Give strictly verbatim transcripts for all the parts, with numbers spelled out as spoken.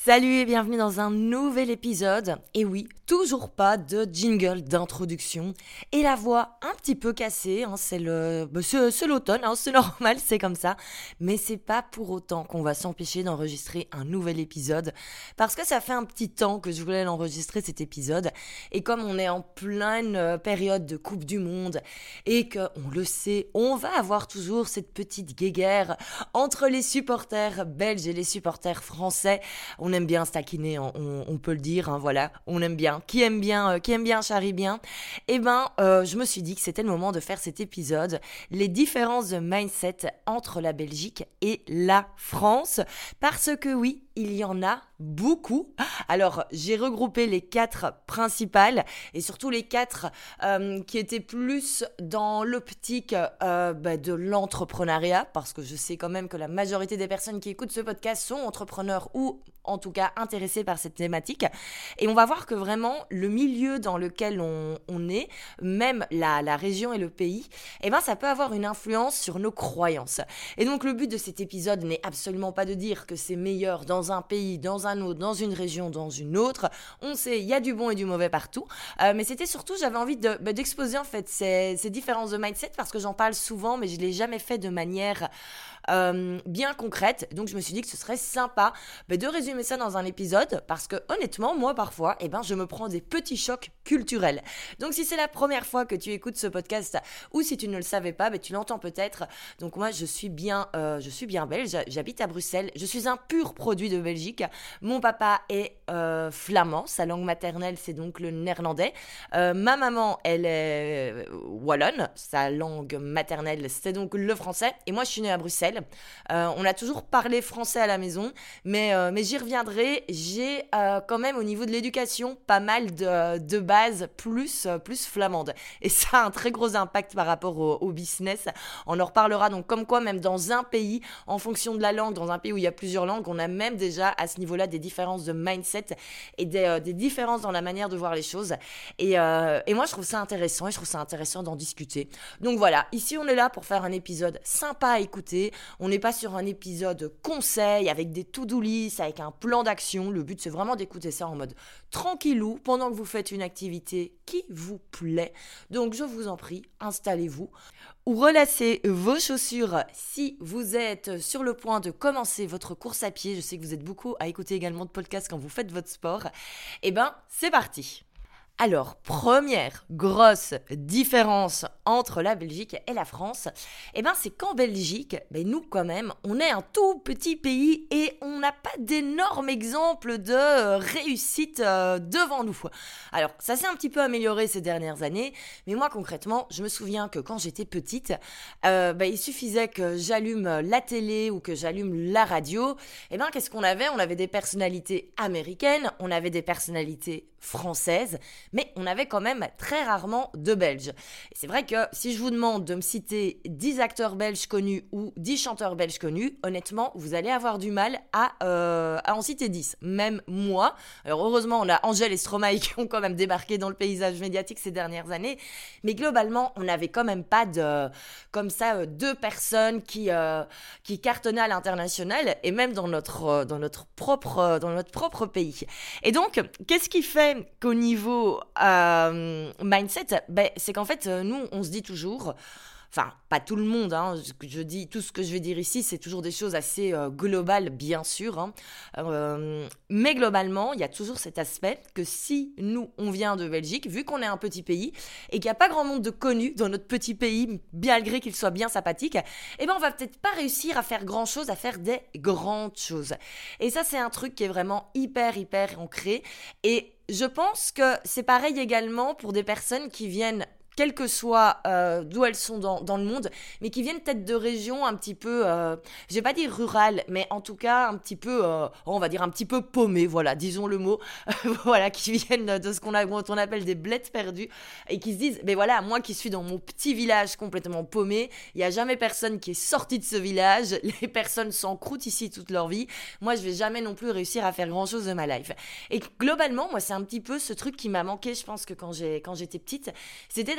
Salut et bienvenue dans un nouvel épisode. Et oui, toujours pas de jingle d'introduction. Et la voix un petit peu cassée, hein, c'est, le, bah, c'est, c'est l'automne, hein, c'est normal, c'est comme ça. Mais c'est pas pour autant qu'on va s'empêcher d'enregistrer un nouvel épisode. Parce que ça fait un petit temps que je voulais l'enregistrer cet épisode. Et comme on est en pleine euh, période de Coupe du Monde, et qu'on le sait, on va avoir toujours cette petite guéguerre entre les supporters belges et les supporters français. On aime bien se taquiner, on, on peut le dire, hein, voilà, on aime bien. Qui aime bien, euh, qui aime bien charrie bien. Eh ben, euh, je me suis dit que c'était le moment de faire cet épisode, les différences de mindset entre la Belgique et la France, parce que oui, il y en a beaucoup. Alors, j'ai regroupé les quatre principales et surtout les quatre euh, qui étaient plus dans l'optique euh, bah, de l'entrepreneuriat, parce que je sais quand même que la majorité des personnes qui écoutent ce podcast sont entrepreneurs ou en tout cas intéressés par cette thématique. Et on va voir que vraiment le milieu dans lequel on, on est, même la, la région et le pays, eh ben, ça peut avoir une influence sur nos croyances. Et donc le but de cet épisode n'est absolument pas de dire que c'est meilleur dans un pays, dans un autre, dans une région, dans une autre. On sait, il y a du bon et du mauvais partout. Euh, mais c'était surtout, j'avais envie de, bah, d'exposer en fait ces, ces différences de mindset parce que j'en parle souvent, mais je ne l'ai jamais fait de manière euh, bien concrète. Donc je me suis dit que ce serait sympa bah, de résumer ça dans un épisode parce que honnêtement, moi parfois, eh ben, je me prends des petits chocs culturels. Donc si c'est la première fois que tu écoutes ce podcast ou si tu ne le savais pas, bah, tu l'entends peut-être. Donc moi, je suis bien, euh, je suis bien belge, j'habite à Bruxelles, je suis un pur produit de Belgique. Mon papa est euh, flamand, sa langue maternelle c'est donc le néerlandais. Euh, ma maman, elle est wallonne, sa langue maternelle c'est donc le français. Et moi, je suis née à Bruxelles. Euh, on a toujours parlé français à la maison, mais, euh, mais j'y reviendrai. J'ai euh, quand même au niveau de l'éducation pas mal de, de bases plus, plus flamandes. Et ça a un très gros impact par rapport au, au business. On en reparlera donc comme quoi même dans un pays, en fonction de la langue, dans un pays où il y a plusieurs langues, on a même déjà à ce niveau-là des différences de mindset et des, euh, des différences dans la manière de voir les choses. Et, euh, et moi, je trouve ça intéressant et je trouve ça intéressant d'en discuter. Donc voilà, ici on est là pour faire un épisode sympa à écouter. On n'est pas sur un épisode conseil avec des to-do lists, avec un plan d'action. Le but, c'est vraiment d'écouter ça en mode tranquillou pendant que vous faites une activité qui vous plaît. Donc je vous en prie, installez-vous ou relâchez vos chaussures si vous êtes sur le point de commencer votre course à pied. Je sais que vous êtes beaucoup à écouter également de podcasts quand vous faites votre sport. Eh ben, c'est parti. Alors, première grosse différence entre la Belgique et la France, eh ben c'est qu'en Belgique, ben nous quand même, on est un tout petit pays et on n'a pas d'énormes exemples de réussite euh, devant nous. Alors, ça s'est un petit peu amélioré ces dernières années, mais moi concrètement, je me souviens que quand j'étais petite, euh, ben, il suffisait que j'allume la télé ou que j'allume la radio, eh ben qu'est-ce qu'on avait ? On avait des personnalités américaines, on avait des personnalités françaises, mais on avait quand même très rarement de Belges. Et c'est vrai que si je vous demande de me citer dix acteurs belges connus ou dix chanteurs belges connus, honnêtement, vous allez avoir du mal à, euh, à en citer dix. Même moi. Alors heureusement, on a Angèle et Stromae qui ont quand même débarqué dans le paysage médiatique ces dernières années, mais globalement, on n'avait quand même pas de, comme ça, deux personnes qui, euh, qui cartonnaient à l'international et même dans notre, dans notre propre, dans notre propre pays. Et donc, qu'est-ce qui fait qu'au niveau euh, mindset, ben, c'est qu'en fait, nous, on se dit toujours, enfin, pas tout le monde, hein, je, je dis, tout ce que je vais dire ici, c'est toujours des choses assez euh, globales, bien sûr, hein, euh, mais globalement, il y a toujours cet aspect que si nous, on vient de Belgique, vu qu'on est un petit pays, et qu'il n'y a pas grand monde de connus dans notre petit pays, malgré qu'il soit bien sympathique, eh ben, on va peut-être pas réussir à faire grand-chose, à faire des grandes choses. Et ça, c'est un truc qui est vraiment hyper, hyper ancré, et je pense que c'est pareil également pour des personnes qui viennent, quel que soit euh, d'où elles sont dans, dans le monde, mais qui viennent peut-être de régions un petit peu, euh, je vais pas dire rurales, mais en tout cas un petit peu, euh, on va dire un petit peu paumées, voilà, disons le mot, voilà, qui viennent de ce qu'on, a, qu'on appelle des blettes perdus, et qui se disent, mais voilà, moi qui suis dans mon petit village complètement paumé, il y a jamais personne qui est sorti de ce village, les personnes s'encroutent ici toute leur vie, moi je vais jamais non plus réussir à faire grand chose de ma life. Et globalement, moi c'est un petit peu ce truc qui m'a manqué, je pense que quand, j'ai, quand j'étais petite, c'était d'avoir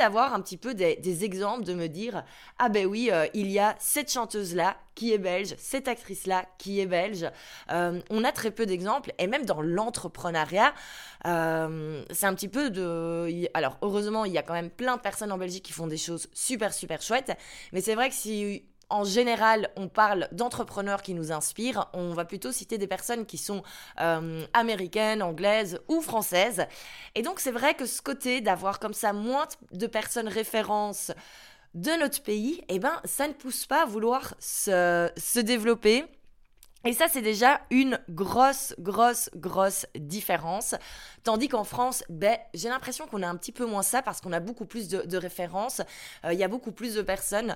d'avoir un petit peu des, des exemples, de me dire « Ah ben oui, euh, il y a cette chanteuse-là qui est belge, cette actrice-là qui est belge. Euh, » On a très peu d'exemples, et même dans l'entrepreneuriat, euh, c'est un petit peu de... Alors, heureusement, il y a quand même plein de personnes en Belgique qui font des choses super, super chouettes, mais c'est vrai que si... En général, on parle d'entrepreneurs qui nous inspirent. On va plutôt citer des personnes qui sont euh, américaines, anglaises ou françaises. Et donc, c'est vrai que ce côté d'avoir comme ça moins de personnes références de notre pays, eh ben, ça ne pousse pas à vouloir se, se développer. Et ça, c'est déjà une grosse, grosse, grosse différence. Tandis qu'en France, ben, j'ai l'impression qu'on a un petit peu moins ça parce qu'on a beaucoup plus de, de références. Il euh, y a beaucoup plus de personnes.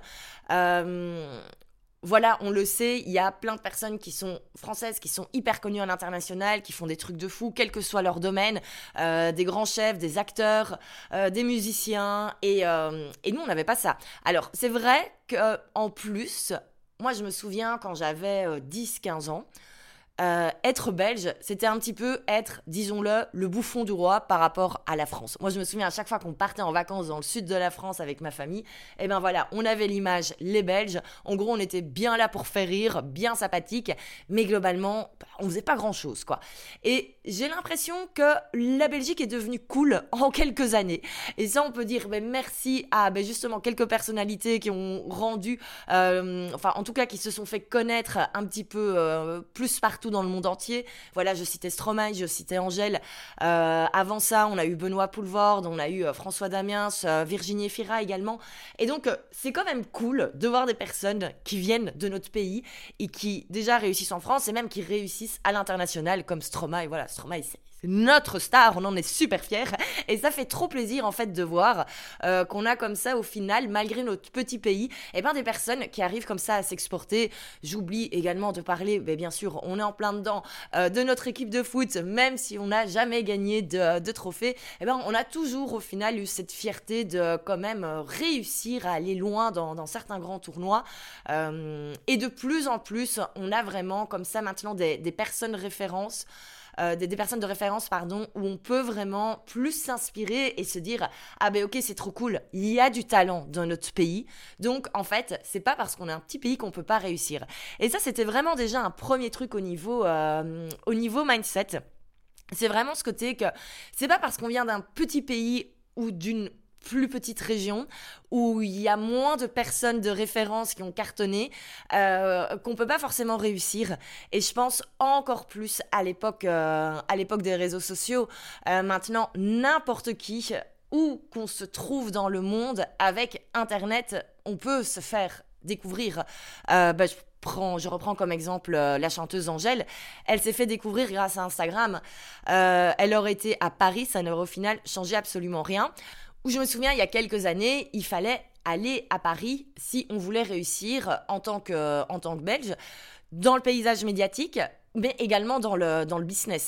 Euh, voilà, on le sait, il y a plein de personnes qui sont françaises, qui sont hyper connues à l'international, qui font des trucs de fou, quel que soit leur domaine. Euh, des grands chefs, des acteurs, euh, des musiciens. Et, euh, et nous, on n'avait pas ça. Alors, c'est vrai qu'en plus... Moi, je me souviens quand j'avais euh, dix quinze ans, euh, être belge, c'était un petit peu être, disons-le, le bouffon du roi par rapport à la France. Moi, je me souviens à chaque fois qu'on partait en vacances dans le sud de la France avec ma famille, et ben voilà, on avait l'image les Belges. En gros, on était bien là pour faire rire, bien sympathique, mais globalement, on faisait pas grand-chose, quoi. Et j'ai l'impression que la Belgique est devenue cool en quelques années. Et ça, on peut dire ben, merci à ben, justement quelques personnalités qui ont rendu, euh, enfin en tout cas qui se sont fait connaître un petit peu euh, plus partout dans le monde entier. Voilà, je citais Stromae, je citais Angèle. Euh, avant ça, on a eu Benoît Poelvoorde, on a eu euh, François Damiens, euh, Virginie Efira également. Et donc, euh, c'est quand même cool de voir des personnes qui viennent de notre pays et qui déjà réussissent en France et même qui réussissent à l'international comme Stromae. Voilà, Stromae, c'est notre star, on en est super fiers et ça fait trop plaisir en fait de voir euh, qu'on a comme ça au final, malgré notre petit pays, et ben des personnes qui arrivent comme ça à s'exporter. J'oublie également de parler, mais bien sûr on est en plein dedans, euh, de notre équipe de foot, même si on n'a jamais gagné de, de trophée, et ben on a toujours au final eu cette fierté de quand même réussir à aller loin dans, dans certains grands tournois euh, et de plus en plus on a vraiment comme ça maintenant des, des personnes références. Euh, des, des personnes de référence, pardon, où on peut vraiment plus s'inspirer et se dire « Ah ben ok, c'est trop cool, il y a du talent dans notre pays. » Donc, en fait, c'est pas parce qu'on est un petit pays qu'on peut pas réussir. Et ça, c'était vraiment déjà un premier truc au niveau, euh, au niveau mindset. C'est vraiment ce côté que c'est pas parce qu'on vient d'un petit pays ou d'une plus petite région où il y a moins de personnes de référence qui ont cartonné euh, qu'on peut pas forcément réussir. Et je pense encore plus à l'époque euh, à l'époque des réseaux sociaux. Euh, maintenant, n'importe qui où qu'on se trouve dans le monde avec Internet, on peut se faire découvrir. Euh, bah, je Prends, je reprends comme exemple euh, la chanteuse Angèle. Elle s'est fait découvrir grâce à Instagram. Euh, elle aurait été à Paris, ça n'aurait au final changé absolument rien. Où je me souviens, il y a quelques années, il fallait aller à Paris si on voulait réussir en tant que, en tant que Belge, dans le paysage médiatique, mais également dans le, dans le business.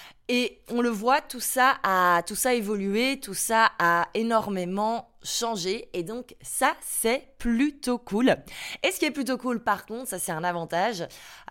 Et on le voit, tout ça a, tout ça a évolué, tout ça a énormément changé. Et donc, ça, c'est plutôt cool. Et ce qui est plutôt cool, par contre, ça, c'est un avantage.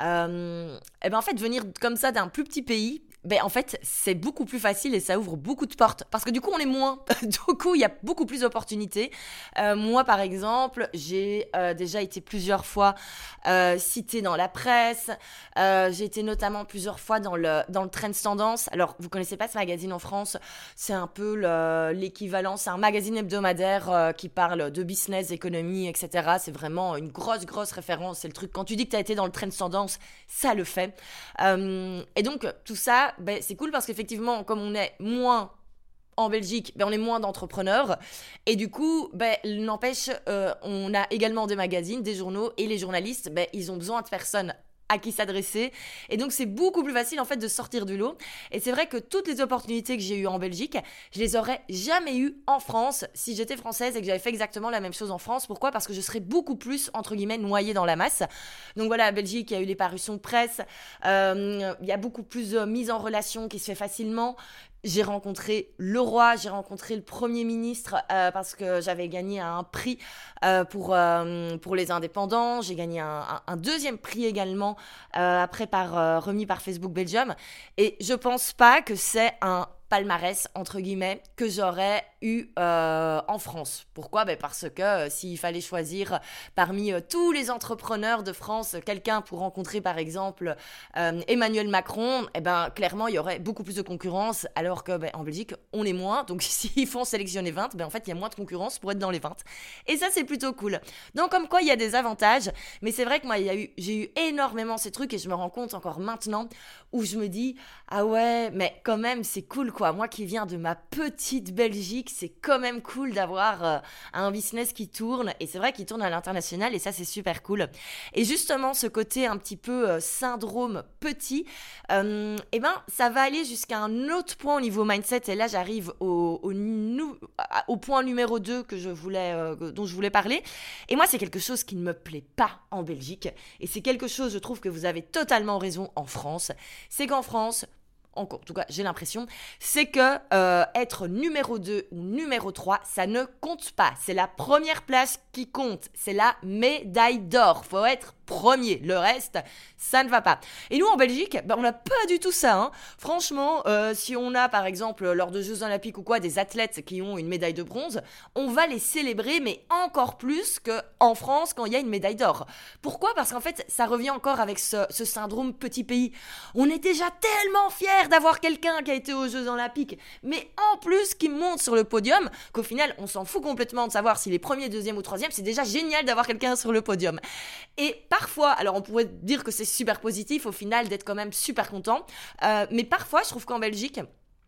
Euh, et ben, en fait, venir comme ça d'un plus petit pays, ben, en fait, c'est beaucoup plus facile et ça ouvre beaucoup de portes. Parce que du coup, on est moins. Du coup, il y a beaucoup plus d'opportunités. Euh, moi, par exemple, j'ai euh, déjà été plusieurs fois euh, citée dans la presse. Euh, j'ai été notamment plusieurs fois dans le, dans le Trends Tendance. Alors, vous connaissez pas ce magazine en France? C'est un peu le, l'équivalent. C'est un magazine hebdomadaire euh, qui parle de business, d'économie, et cetera. C'est vraiment une grosse, grosse référence. C'est le truc. Quand tu dis que tu as été dans le Trends Tendance, ça le fait. Euh, et donc, tout ça, ben, c'est cool parce qu'effectivement, comme on est moins en Belgique, ben, on est moins d'entrepreneurs. Et du coup, ben, n'empêche, euh, on a également des magazines, des journaux, et les journalistes, ben, ils ont besoin de personnes à qui s'adresser. Et donc, c'est beaucoup plus facile, en fait, de sortir du lot. Et c'est vrai que toutes les opportunités que j'ai eues en Belgique, je les aurais jamais eues en France si j'étais française et que j'avais fait exactement la même chose en France. Pourquoi ? Parce que je serais beaucoup plus, entre guillemets, noyée dans la masse. Donc voilà, la Belgique, il y a eu les parutions de presse. Euh, il y a beaucoup plus de mise en relation qui se fait facilement. J'ai rencontré le roi, j'ai rencontré le Premier ministre euh, parce que j'avais gagné un prix euh, pour, euh, pour les indépendants. J'ai gagné un, un, un deuxième prix également, euh, après par, euh, remis par Facebook Belgium. Et je pense pas que c'est un palmarès, entre guillemets, que j'aurais eu euh, en France. Pourquoi ? Ben parce que euh, s'il fallait choisir parmi euh, tous les entrepreneurs de France, quelqu'un pour rencontrer par exemple euh, Emmanuel Macron, eh ben, clairement, il y aurait beaucoup plus de concurrence, alors que ben, en Belgique, on est moins. Donc s'ils font sélectionner vingt, ben, en fait, il y a moins de concurrence pour être dans les vingt. Et ça, c'est plutôt cool. Donc comme quoi, il y a des avantages. Mais c'est vrai que moi, il y a eu, j'ai eu énormément ces trucs et je me rends compte encore maintenant où je me dis, ah ouais, mais quand même, c'est cool quoi. Moi qui viens de ma petite Belgique, c'est quand même cool d'avoir euh, un business qui tourne. Et c'est vrai qu'il tourne à l'international et ça, c'est super cool. Et justement, ce côté un petit peu euh, syndrome petit, euh, eh ben, ça va aller jusqu'à un autre point au niveau mindset. Et là, j'arrive au, au, nou- au point numéro deux que je voulais, euh, dont je voulais parler. Et moi, c'est quelque chose qui ne me plaît pas en Belgique. Et c'est quelque chose, je trouve que vous avez totalement raison en France. C'est qu'en France, en tout cas j'ai l'impression, c'est que euh, être numéro deux ou numéro trois, ça ne compte pas. C'est la première place qui compte. C'est la médaille d'or. Faut être premier. Le reste, ça ne va pas. Et nous, en Belgique, ben, on n'a pas du tout ça. Hein. Franchement, euh, si on a, par exemple, lors de Jeux Olympiques ou quoi, des athlètes qui ont une médaille de bronze, on va les célébrer, mais encore plus qu'en France quand il y a une médaille d'or. Pourquoi ? Parce qu'en fait, ça revient encore avec ce, ce syndrome petit pays. On est déjà tellement fiers d'avoir quelqu'un qui a été aux Jeux Olympiques, mais en plus qui monte sur le podium, qu'au final, on s'en fout complètement de savoir s'il est premier, deuxième ou troisième. C'est déjà génial d'avoir quelqu'un sur le podium. Et parfois, alors on pourrait dire que c'est super positif au final d'être quand même super content, euh, mais parfois je trouve qu'en Belgique,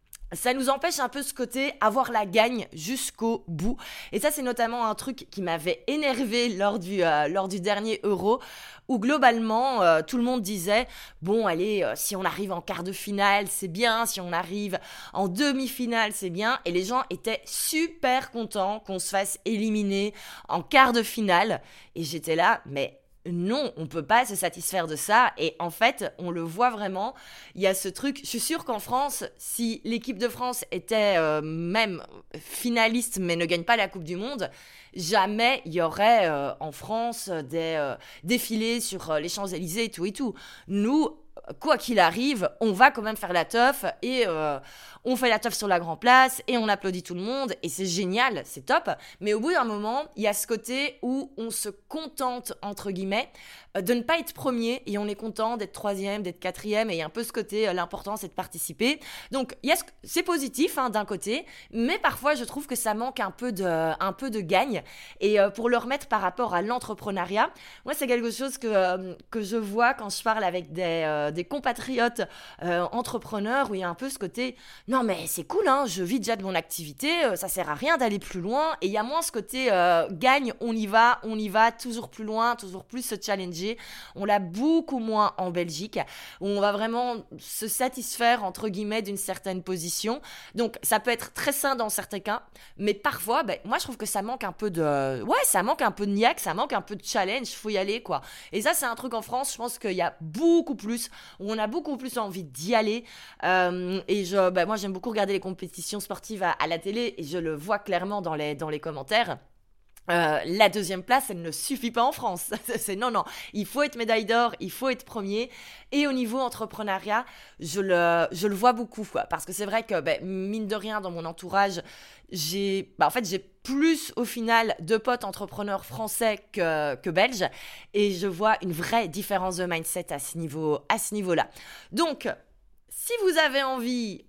ça nous empêche un peu ce côté avoir la gagne jusqu'au bout. Et ça, c'est notamment un truc qui m'avait énervé lors du, euh, lors du dernier Euro, où globalement, euh, tout le monde disait « Bon, allez, euh, si on arrive en quart de finale, c'est bien. Si on arrive en demi-finale, c'est bien. » Et les gens étaient super contents qu'on se fasse éliminer en quart de finale. Et j'étais là, mais... non, on peut pas se satisfaire de ça. Et en fait, on le voit vraiment. Il y a ce truc. Je suis sûre qu'en France, si l'équipe de France était euh, même finaliste mais ne gagne pas la Coupe du Monde, jamais il y aurait euh, en France des euh, défilés sur euh, les Champs-Élysées et tout et tout. Nous, quoi qu'il arrive, on va quand même faire la teuf et euh, on fait la teuf sur la Grand Place et on applaudit tout le monde et c'est génial, c'est top. Mais au bout d'un moment, il y a ce côté où on se contente, entre guillemets, de ne pas être premier et on est content d'être troisième, d'être quatrième et il y a un peu ce côté, euh, l'important c'est de participer. Donc il y a ce, c'est positif hein, d'un côté, mais parfois je trouve que ça manque un peu de, un peu de gagne. Et euh, pour le remettre par rapport à l'entrepreneuriat, moi c'est quelque chose que, euh, que je vois quand je parle avec des, euh, des compatriotes euh, entrepreneurs où il y a un peu ce côté non mais c'est cool hein, je vis déjà de mon activité, euh, ça sert à rien d'aller plus loin et il y a moins ce côté euh, gagne, on y va, on y va toujours plus loin, toujours plus se challenger. On l'a beaucoup moins en Belgique où on va vraiment se satisfaire entre guillemets d'une certaine position. Donc ça peut être très sain dans certains cas, mais parfois ben, moi je trouve que ça manque un peu de ouais ça manque un peu de niaque, ça manque un peu de challenge, faut y aller quoi. Et ça c'est un truc en France, je pense qu'il y a beaucoup plus où on a beaucoup plus envie d'y aller euh, et je, ben, moi j'aime beaucoup regarder les compétitions sportives à, à la télé et je le vois clairement dans les, dans les commentaires. Euh, la deuxième place, elle ne suffit pas en France. C'est non, non. Il faut être médaille d'or, il faut être premier. Et au niveau entrepreneuriat, je le, je le vois beaucoup, quoi. Parce que c'est vrai que, ben, mine de rien, dans mon entourage, j'ai, ben, en fait, j'ai plus au final de potes entrepreneurs français que, que belges. Et je vois une vraie différence de mindset à ce niveau, à ce niveau-là. Donc, si vous avez envie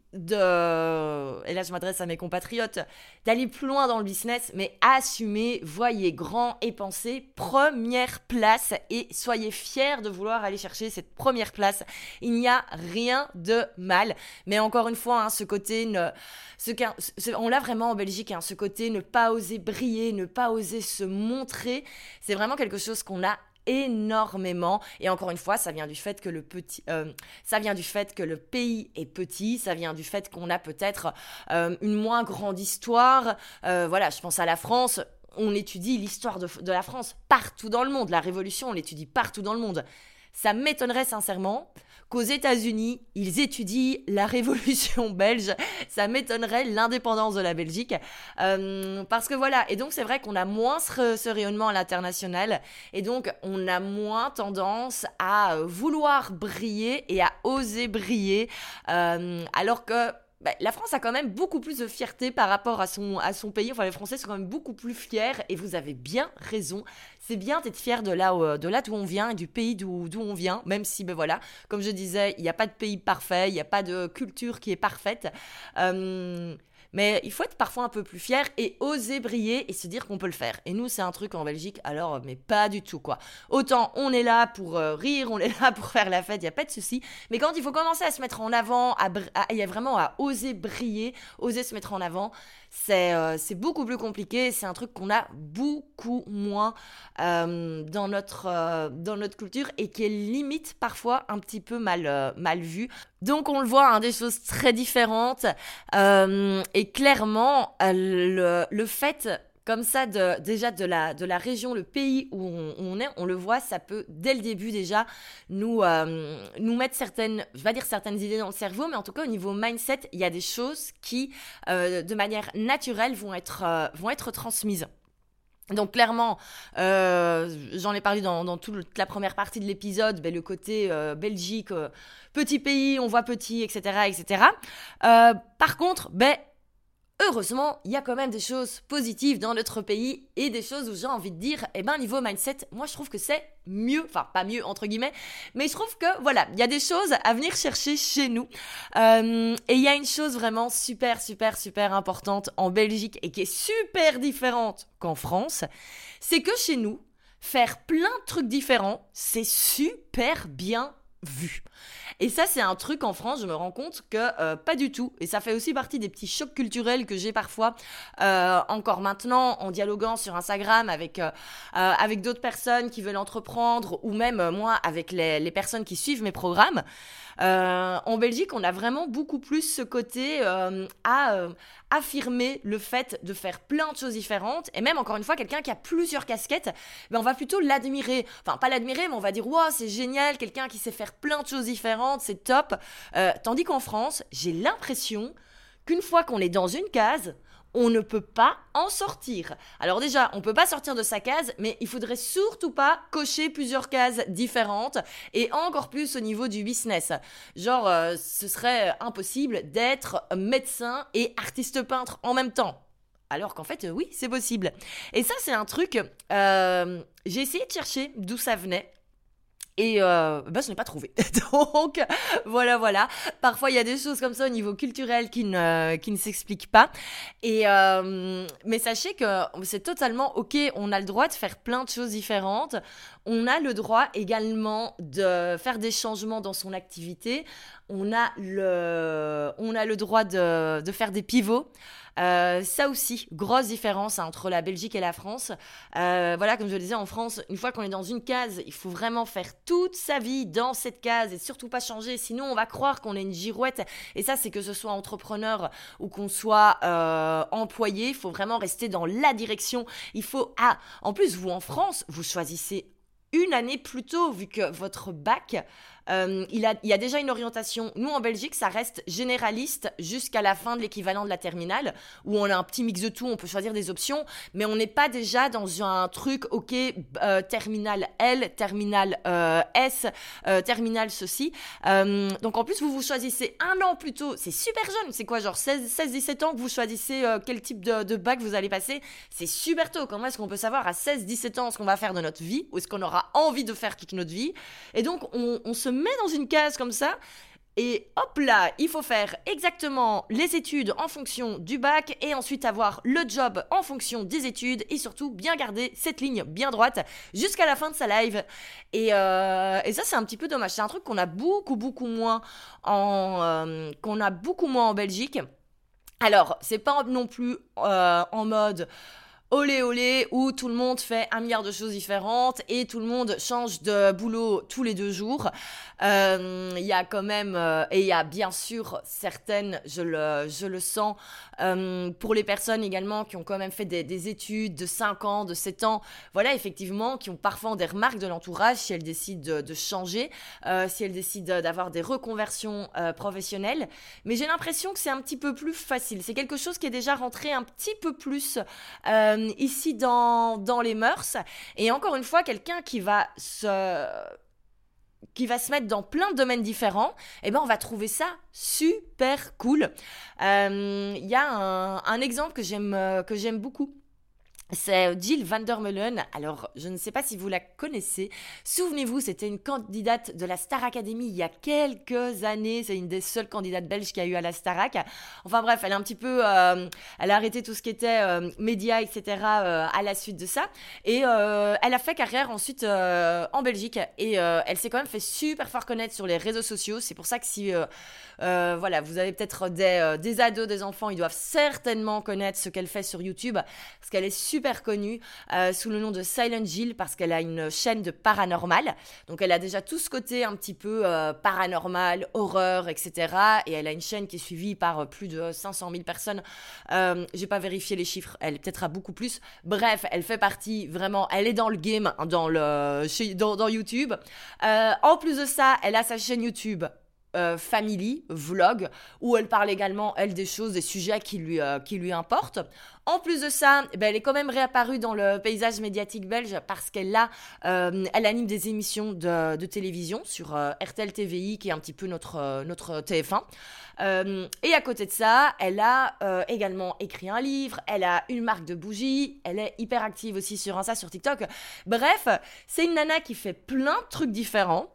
de, et là je m'adresse à mes compatriotes, d'aller plus loin dans le business, mais assumez, voyez grand et pensez première place et soyez fiers de vouloir aller chercher cette première place. Il n'y a rien de mal, mais encore une fois, hein, ce côté, ne, ce, ce, on l'a vraiment en Belgique, hein, ce côté ne pas oser briller, ne pas oser se montrer, c'est vraiment quelque chose qu'on a énormément et encore une fois ça vient du fait que le petit euh, ça vient du fait que le pays est petit, ça vient du fait qu'on a peut-être euh, une moins grande histoire, euh, voilà je pense à la France, on étudie l'histoire de, de la France partout dans le monde, la Révolution on l'étudie partout dans le monde, ça m'étonnerait sincèrement qu'aux États-Unis, ils étudient la Révolution belge. Ça m'étonnerait l'indépendance de la Belgique. Euh, parce que voilà, et donc c'est vrai qu'on a moins ce, ce rayonnement à l'international. Et donc, on a moins tendance à vouloir briller et à oser briller. Euh, alors que bah, la France a quand même beaucoup plus de fierté par rapport à son, à son pays. Enfin, les Français sont quand même beaucoup plus fiers et vous avez bien raison. C'est bien d'être fier de là, où- de là d'où on vient et du pays d'où, d'où on vient, même si, ben voilà, comme je disais, il n'y a pas de pays parfait, il n'y a pas de culture qui est parfaite. Euh, mais il faut être parfois un peu plus fier et oser briller et se dire qu'on peut le faire. Et nous, c'est un truc en Belgique, alors, mais pas du tout, quoi. Autant on est là pour euh, rire, on est là pour faire la fête, il n'y a pas de souci. Mais quand il faut commencer à se mettre en avant, à br- à- il y a vraiment à oser briller, oser se mettre en avant, c'est, euh, c'est beaucoup plus compliqué. C'est un truc qu'on a beaucoup moins euh, dans, notre, euh, dans notre culture et qui est limite parfois un petit peu mal, euh, mal vu. Donc on le voit, hein, des choses très différentes. Euh, et clairement, euh, le, le fait comme ça, de, déjà de la, de la région, le pays où on, où on est, on le voit, ça peut dès le début déjà nous, euh, nous mettre certaines, je vais pas dire certaines idées dans le cerveau, mais en tout cas au niveau mindset, il y a des choses qui, euh, de manière naturelle, vont être, euh, vont être transmises. Donc clairement, euh, j'en ai parlé dans, dans toute la première partie de l'épisode, ben, le côté euh, Belgique, euh, petit pays, on voit petit, et cetera, et cetera. Euh, par contre, ben heureusement, il y a quand même des choses positives dans notre pays et des choses où j'ai envie de dire, eh ben niveau mindset, moi je trouve que c'est mieux, enfin pas mieux entre guillemets, mais je trouve que voilà, il y a des choses à venir chercher chez nous. Euh, et il y a une chose vraiment super, super, super importante en Belgique et qui est super différente qu'en France, c'est que chez nous, faire plein de trucs différents, c'est super bien vu. Et ça, c'est un truc en France, je me rends compte que euh, pas du tout. Et ça fait aussi partie des petits chocs culturels que j'ai parfois, euh, encore maintenant, en dialoguant sur Instagram avec, euh, euh, avec d'autres personnes qui veulent entreprendre, ou même euh, moi, avec les, les personnes qui suivent mes programmes. Euh, en Belgique, on a vraiment beaucoup plus ce côté euh, à euh, affirmer le fait de faire plein de choses différentes. Et même, encore une fois, quelqu'un qui a plusieurs casquettes, ben, on va plutôt l'admirer. Enfin, pas l'admirer, mais on va dire « Wow, c'est génial, quelqu'un qui sait faire plein de choses différentes, c'est top ». Euh, tandis qu'en France, j'ai l'impression qu'une fois qu'on est dans une case, on ne peut pas en sortir. Alors déjà, on peut pas sortir de sa case, mais il faudrait surtout pas cocher plusieurs cases différentes, et encore plus au niveau du business. Genre, euh, ce serait impossible d'être médecin et artiste peintre en même temps. Alors qu'en fait, euh, oui, c'est possible. Et ça, c'est un truc, euh, j'ai essayé de chercher d'où ça venait. Et euh, bah, je n'ai pas trouvé. Donc, voilà, voilà. Parfois, il y a des choses comme ça au niveau culturel qui ne, qui ne s'expliquent pas. Et, euh, mais sachez que c'est totalement OK. On a le droit de faire plein de choses différentes. On a le droit également de faire des changements dans son activité. On a le, on a le droit de, de faire des pivots. Euh, ça aussi, grosse différence hein, entre la Belgique et la France. Euh, voilà, comme je le disais, en France, une fois qu'on est dans une case, il faut vraiment faire toute sa vie dans cette case et surtout pas changer. Sinon, on va croire qu'on est une girouette. Et ça, c'est que ce soit entrepreneur ou qu'on soit euh, employé, il faut vraiment rester dans la direction. Il faut... Ah, en plus, vous, en France, vous choisissez une année plus tôt, vu que votre bac, euh, il, a, il y a déjà une orientation. Nous, en Belgique, ça reste généraliste jusqu'à la fin de l'équivalent de la terminale, où on a un petit mix de tout, on peut choisir des options, mais on n'est pas déjà dans un truc, ok, euh, terminale L, terminale euh, S, euh, terminale ceci. Euh, donc, en plus, vous vous choisissez un an plus tôt. C'est super jeune, c'est quoi, genre seize dix-sept ans que vous choisissez euh, quel type de, de bac vous allez passer. C'est super tôt. Comment est-ce qu'on peut savoir à seize dix-sept ans ce qu'on va faire de notre vie, ou est-ce qu'on aura envie de faire toute notre vie? Et donc, on, on se met dans une case comme ça, et hop là, il faut faire exactement les études en fonction du bac, et ensuite avoir le job en fonction des études, et surtout bien garder cette ligne bien droite jusqu'à la fin de sa life. Et, euh, et ça, c'est un petit peu dommage. C'est un truc qu'on a beaucoup, beaucoup moins en, euh, qu'on a beaucoup moins en Belgique. Alors, c'est pas non plus euh, en mode... olé olé, où tout le monde fait un milliard de choses différentes et tout le monde change de boulot tous les deux jours. Il euh, y a quand même, euh, et il y a bien sûr certaines, je le, je le sens, euh, pour les personnes également qui ont quand même fait des, des études de cinq ans, de sept ans, voilà, effectivement, qui ont parfois des remarques de l'entourage si elles décident de, de changer, euh, si elles décident d'avoir des reconversions euh, professionnelles. Mais j'ai l'impression que c'est un petit peu plus facile. C'est quelque chose qui est déjà rentré un petit peu plus... Euh, ici dans, dans les mœurs. Et encore une fois, quelqu'un qui va se qui va se mettre dans plein de domaines différents, eh ben on va trouver ça super cool. Il euh, y a un, un exemple que j'aime, euh, que j'aime beaucoup. C'est Jill Vandermeulen. Alors, je ne sais pas si vous la connaissez. Souvenez-vous, c'était une candidate de la Star Academy il y a quelques années. C'est une des seules candidates belges qui a eu à la Starac. Enfin bref, elle a un petit peu... Euh, elle a arrêté tout ce qui était euh, médias, et cetera euh, à la suite de ça. Et euh, elle a fait carrière ensuite euh, en Belgique. Et euh, elle s'est quand même fait super fort connaître sur les réseaux sociaux. C'est pour ça que si... Euh, euh, voilà, vous avez peut-être des, euh, des ados, des enfants, ils doivent certainement connaître ce qu'elle fait sur YouTube. Parce qu'elle est super super connue euh, sous le nom de Silent Jill parce qu'elle a une chaîne de paranormal. Donc elle a déjà tout ce côté un petit peu euh, paranormal, horreur, et cetera. Et elle a une chaîne qui est suivie par euh, plus de cinq cent mille personnes. Euh, j'ai pas vérifié les chiffres, elle peut-être a beaucoup plus. Bref, elle fait partie vraiment, elle est dans le game, dans, le, chez, dans, dans YouTube. Euh, en plus de ça, elle a sa chaîne YouTube Euh, family, vlog, où elle parle également, elle, des choses, des sujets qui lui, euh, qui lui importent. En plus de ça, ben, elle est quand même réapparue dans le paysage médiatique belge parce qu'elle a, euh, elle anime des émissions de, de télévision sur euh, R T L T V I, qui est un petit peu notre, euh, notre T F un. Euh, et à côté de ça, elle a euh, également écrit un livre, elle a une marque de bougies, elle est hyper active aussi sur Insta, sur TikTok. Bref, c'est une nana qui fait plein de trucs différents.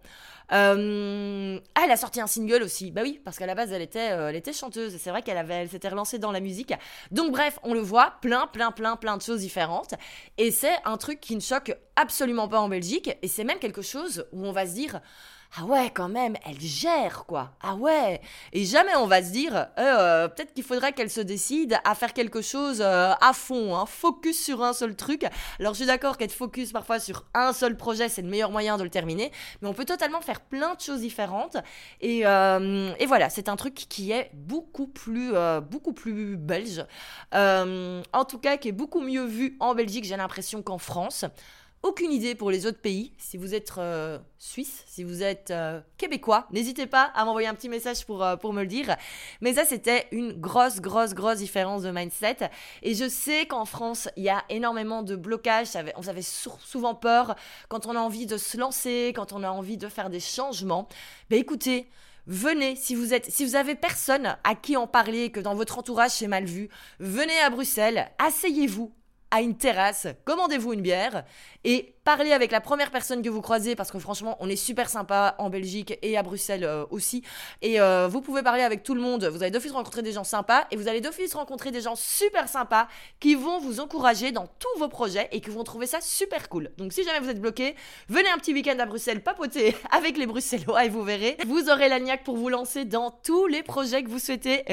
Euh, ah, elle a sorti un single aussi. Bah oui, parce qu'à la base, elle était, euh, elle était chanteuse. Et c'est vrai qu'elle avait, elle s'était relancée dans la musique. Donc bref, on le voit, plein, plein, plein, plein de choses différentes. Et c'est un truc qui ne choque absolument pas en Belgique. Et c'est même quelque chose où on va se dire... Ah ouais, quand même, elle gère, quoi. Ah ouais. Et jamais on va se dire, euh, euh, peut-être qu'il faudrait qu'elle se décide à faire quelque chose euh, à fond, hein, focus sur un seul truc. Alors, je suis d'accord qu'être focus parfois sur un seul projet, c'est le meilleur moyen de le terminer. Mais on peut totalement faire plein de choses différentes. Et, euh, et voilà, c'est un truc qui est beaucoup plus, euh, beaucoup plus belge. Euh, en tout cas, qui est beaucoup mieux vu en Belgique, j'ai l'impression, qu'en France. Aucune idée pour les autres pays. Si vous êtes euh, suisse, si vous êtes euh, québécois, n'hésitez pas à m'envoyer un petit message pour, euh, pour me le dire. Mais ça, c'était une grosse, grosse, grosse différence de mindset. Et je sais qu'en France, il y a énormément de blocages. On avait souvent peur quand on a envie de se lancer, quand on a envie de faire des changements. Ben écoutez, venez, si vous êtes, si vous avez personne à qui en parler, que dans votre entourage c'est mal vu, venez à Bruxelles, asseyez-vous à une terrasse, commandez-vous une bière et parlez avec la première personne que vous croisez parce que franchement, on est super sympa en Belgique et à Bruxelles euh, aussi. Et euh, vous pouvez parler avec tout le monde, vous allez d'office rencontrer des gens sympas et vous allez d'office rencontrer des gens super sympas qui vont vous encourager dans tous vos projets et qui vont trouver ça super cool. Donc si jamais vous êtes bloqué, venez un petit week-end à Bruxelles papoter avec les Bruxellois et vous verrez, vous aurez la niaque pour vous lancer dans tous les projets que vous souhaitez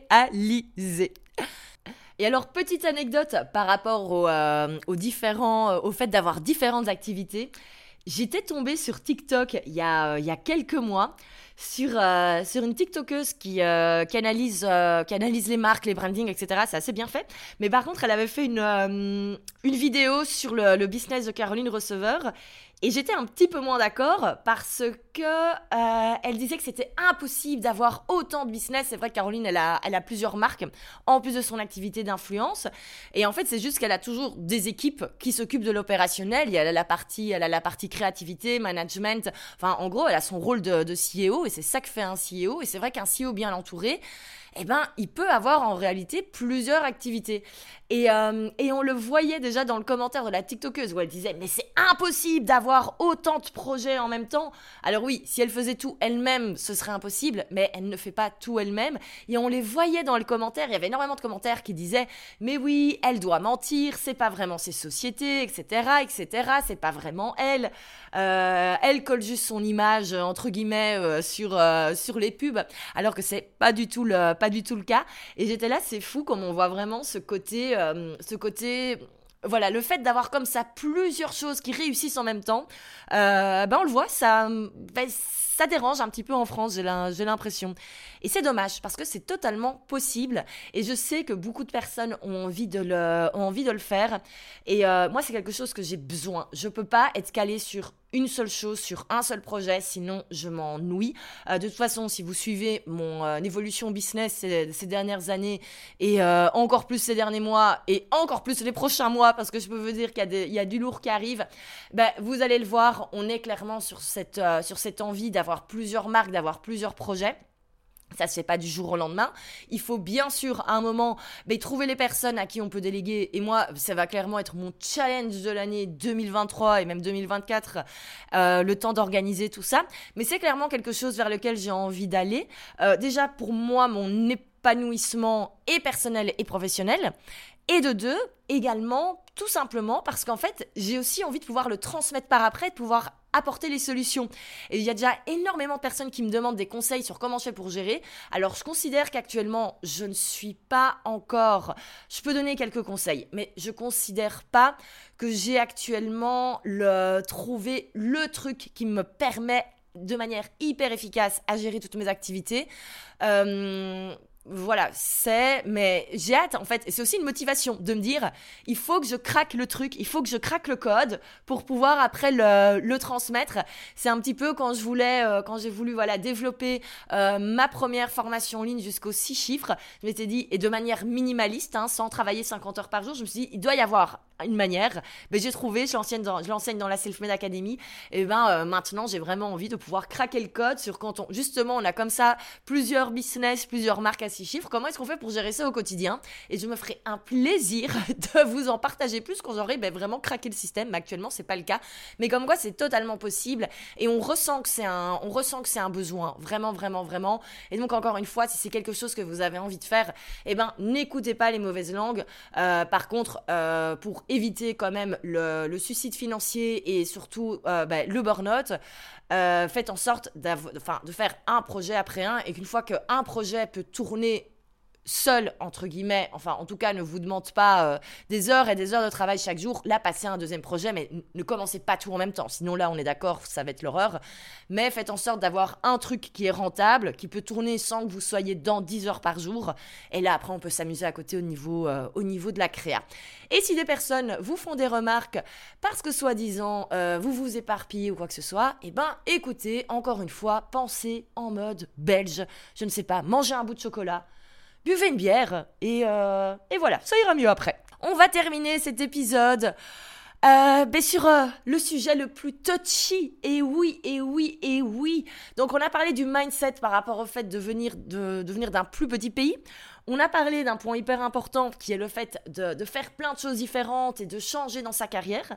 réaliser. Et alors, petite anecdote par rapport au, euh, aux différents, euh, au fait d'avoir différentes activités. J'étais tombée sur TikTok il y a, euh, il y a quelques mois sur, euh, sur une TikTokeuse qui, euh, qui, analyse, euh, qui analyse les marques, les brandings, et cetera. C'est assez bien fait. Mais par contre, elle avait fait une, euh, une vidéo sur le, le business de Caroline Receveur. Et j'étais un petit peu moins d'accord parce que euh, elle disait que c'était impossible d'avoir autant de business. C'est vrai que Caroline, elle a, elle a plusieurs marques en plus de son activité d'influence. Et en fait, c'est juste qu'elle a toujours des équipes qui s'occupent de l'opérationnel. Il y a la partie, elle a la partie créativité, management. Enfin, en gros, elle a son rôle de, de C E O et c'est ça que fait un C E O. Et c'est vrai qu'un C E O bien entouré, eh ben, il peut avoir en réalité plusieurs activités. Et, euh, et on le voyait déjà dans le commentaire de la TikTokeuse où elle disait « Mais c'est impossible d'avoir autant de projets en même temps !» Alors oui, si elle faisait tout elle-même, ce serait impossible, mais elle ne fait pas tout elle-même. Et on les voyait dans le commentaire, il y avait énormément de commentaires qui disaient « Mais oui, elle doit mentir, c'est pas vraiment ses sociétés, et cetera, et cetera, c'est pas vraiment elle. Euh, elle colle juste son image, entre guillemets, euh, sur, euh, sur les pubs, alors que c'est pas du tout le... pas du tout le cas. Et j'étais là, c'est fou comme on voit vraiment ce côté, euh, ce côté, voilà, le fait d'avoir comme ça plusieurs choses qui réussissent en même temps, euh, ben on le voit, ça, ben, ça dérange un petit peu en France, j'ai, la, j'ai l'impression. Et c'est dommage parce que c'est totalement possible et je sais que beaucoup de personnes ont envie de le, ont envie de le faire. Et euh, moi, c'est quelque chose que j'ai besoin. Je peux pas être calée sur une seule chose, sur un seul projet, sinon je m'ennuie. Euh, de toute façon, si vous suivez mon euh, évolution business ces, ces dernières années et euh, encore plus ces derniers mois et encore plus les prochains mois, parce que je peux vous dire qu'il y a, des, il y a du lourd qui arrive, ben, vous allez le voir, on est clairement sur cette, euh, sur cette envie d'avoir plusieurs marques, d'avoir plusieurs projets. Ça se fait pas du jour au lendemain. Il faut bien sûr à un moment bah, trouver les personnes à qui on peut déléguer. Et moi, ça va clairement être mon challenge de l'année deux mille vingt-trois et même deux mille vingt-quatre, euh, le temps d'organiser tout ça. Mais c'est clairement quelque chose vers lequel j'ai envie d'aller. Euh, déjà pour moi, mon épanouissement est personnel et professionnel. Et de deux, également, tout simplement parce qu'en fait, j'ai aussi envie de pouvoir le transmettre par après, de pouvoir apporter les solutions. Et il y a déjà énormément de personnes qui me demandent des conseils sur comment je fais pour gérer. Alors, je considère qu'actuellement, je ne suis pas encore... Je peux donner quelques conseils, mais je considère pas que j'ai actuellement le... trouvé le truc qui me permet de manière hyper efficace à gérer toutes mes activités. Euh... Voilà, c'est, mais j'ai hâte en fait, et c'est aussi une motivation de me dire, il faut que je craque le truc, il faut que je craque le code pour pouvoir après le, le transmettre. C'est un petit peu quand je voulais, euh, quand j'ai voulu voilà développer euh, ma première formation en ligne jusqu'aux six chiffres, je m'étais dit, et de manière minimaliste, hein, sans travailler cinquante heures par jour, je me suis dit, il doit y avoir une manière. Mais j'ai trouvé, je l'enseigne dans, je l'enseigne dans la Self-Made Academy, et ben euh, maintenant j'ai vraiment envie de pouvoir craquer le code sur quand on, justement, on a comme ça plusieurs business, plusieurs marques à six chiffres, comment est-ce qu'on fait pour gérer ça au quotidien? Et je me ferai un plaisir de vous en partager plus quand j'aurai ben, vraiment craqué le système, mais actuellement c'est pas le cas, mais comme quoi c'est totalement possible et on ressent que c'est un, on ressent que c'est un besoin, vraiment vraiment vraiment, et donc encore une fois, si c'est quelque chose que vous avez envie de faire, eh ben n'écoutez pas les mauvaises langues. Euh, par contre, euh, pour éviter quand même le, le suicide financier et surtout euh, ben, le burn-out, Euh, faites en sorte enfin, de faire un projet après un et qu'une fois qu'un projet peut tourner seul, entre guillemets, enfin en tout cas ne vous demande pas euh, des heures et des heures de travail chaque jour, là passez à un deuxième projet, mais n- ne commencez pas tout en même temps, sinon là on est d'accord, ça va être l'horreur, mais faites en sorte d'avoir un truc qui est rentable, qui peut tourner sans que vous soyez dans dix heures par jour, et là après on peut s'amuser à côté au niveau, euh, au niveau de la créa. Et si des personnes vous font des remarques parce que soi-disant euh, vous vous éparpillez ou quoi que ce soit, eh ben écoutez, encore une fois, pensez en mode belge, je ne sais pas, mangez un bout de chocolat, buvez une bière et, euh, et voilà, ça ira mieux après. On va terminer cet épisode euh, ben sur euh, le sujet le plus touchy. Et oui, et oui, et oui. Donc on a parlé du mindset par rapport au fait de venir, de, de venir d'un plus petit pays. On a parlé d'un point hyper important qui est le fait de, de faire plein de choses différentes et de changer dans sa carrière.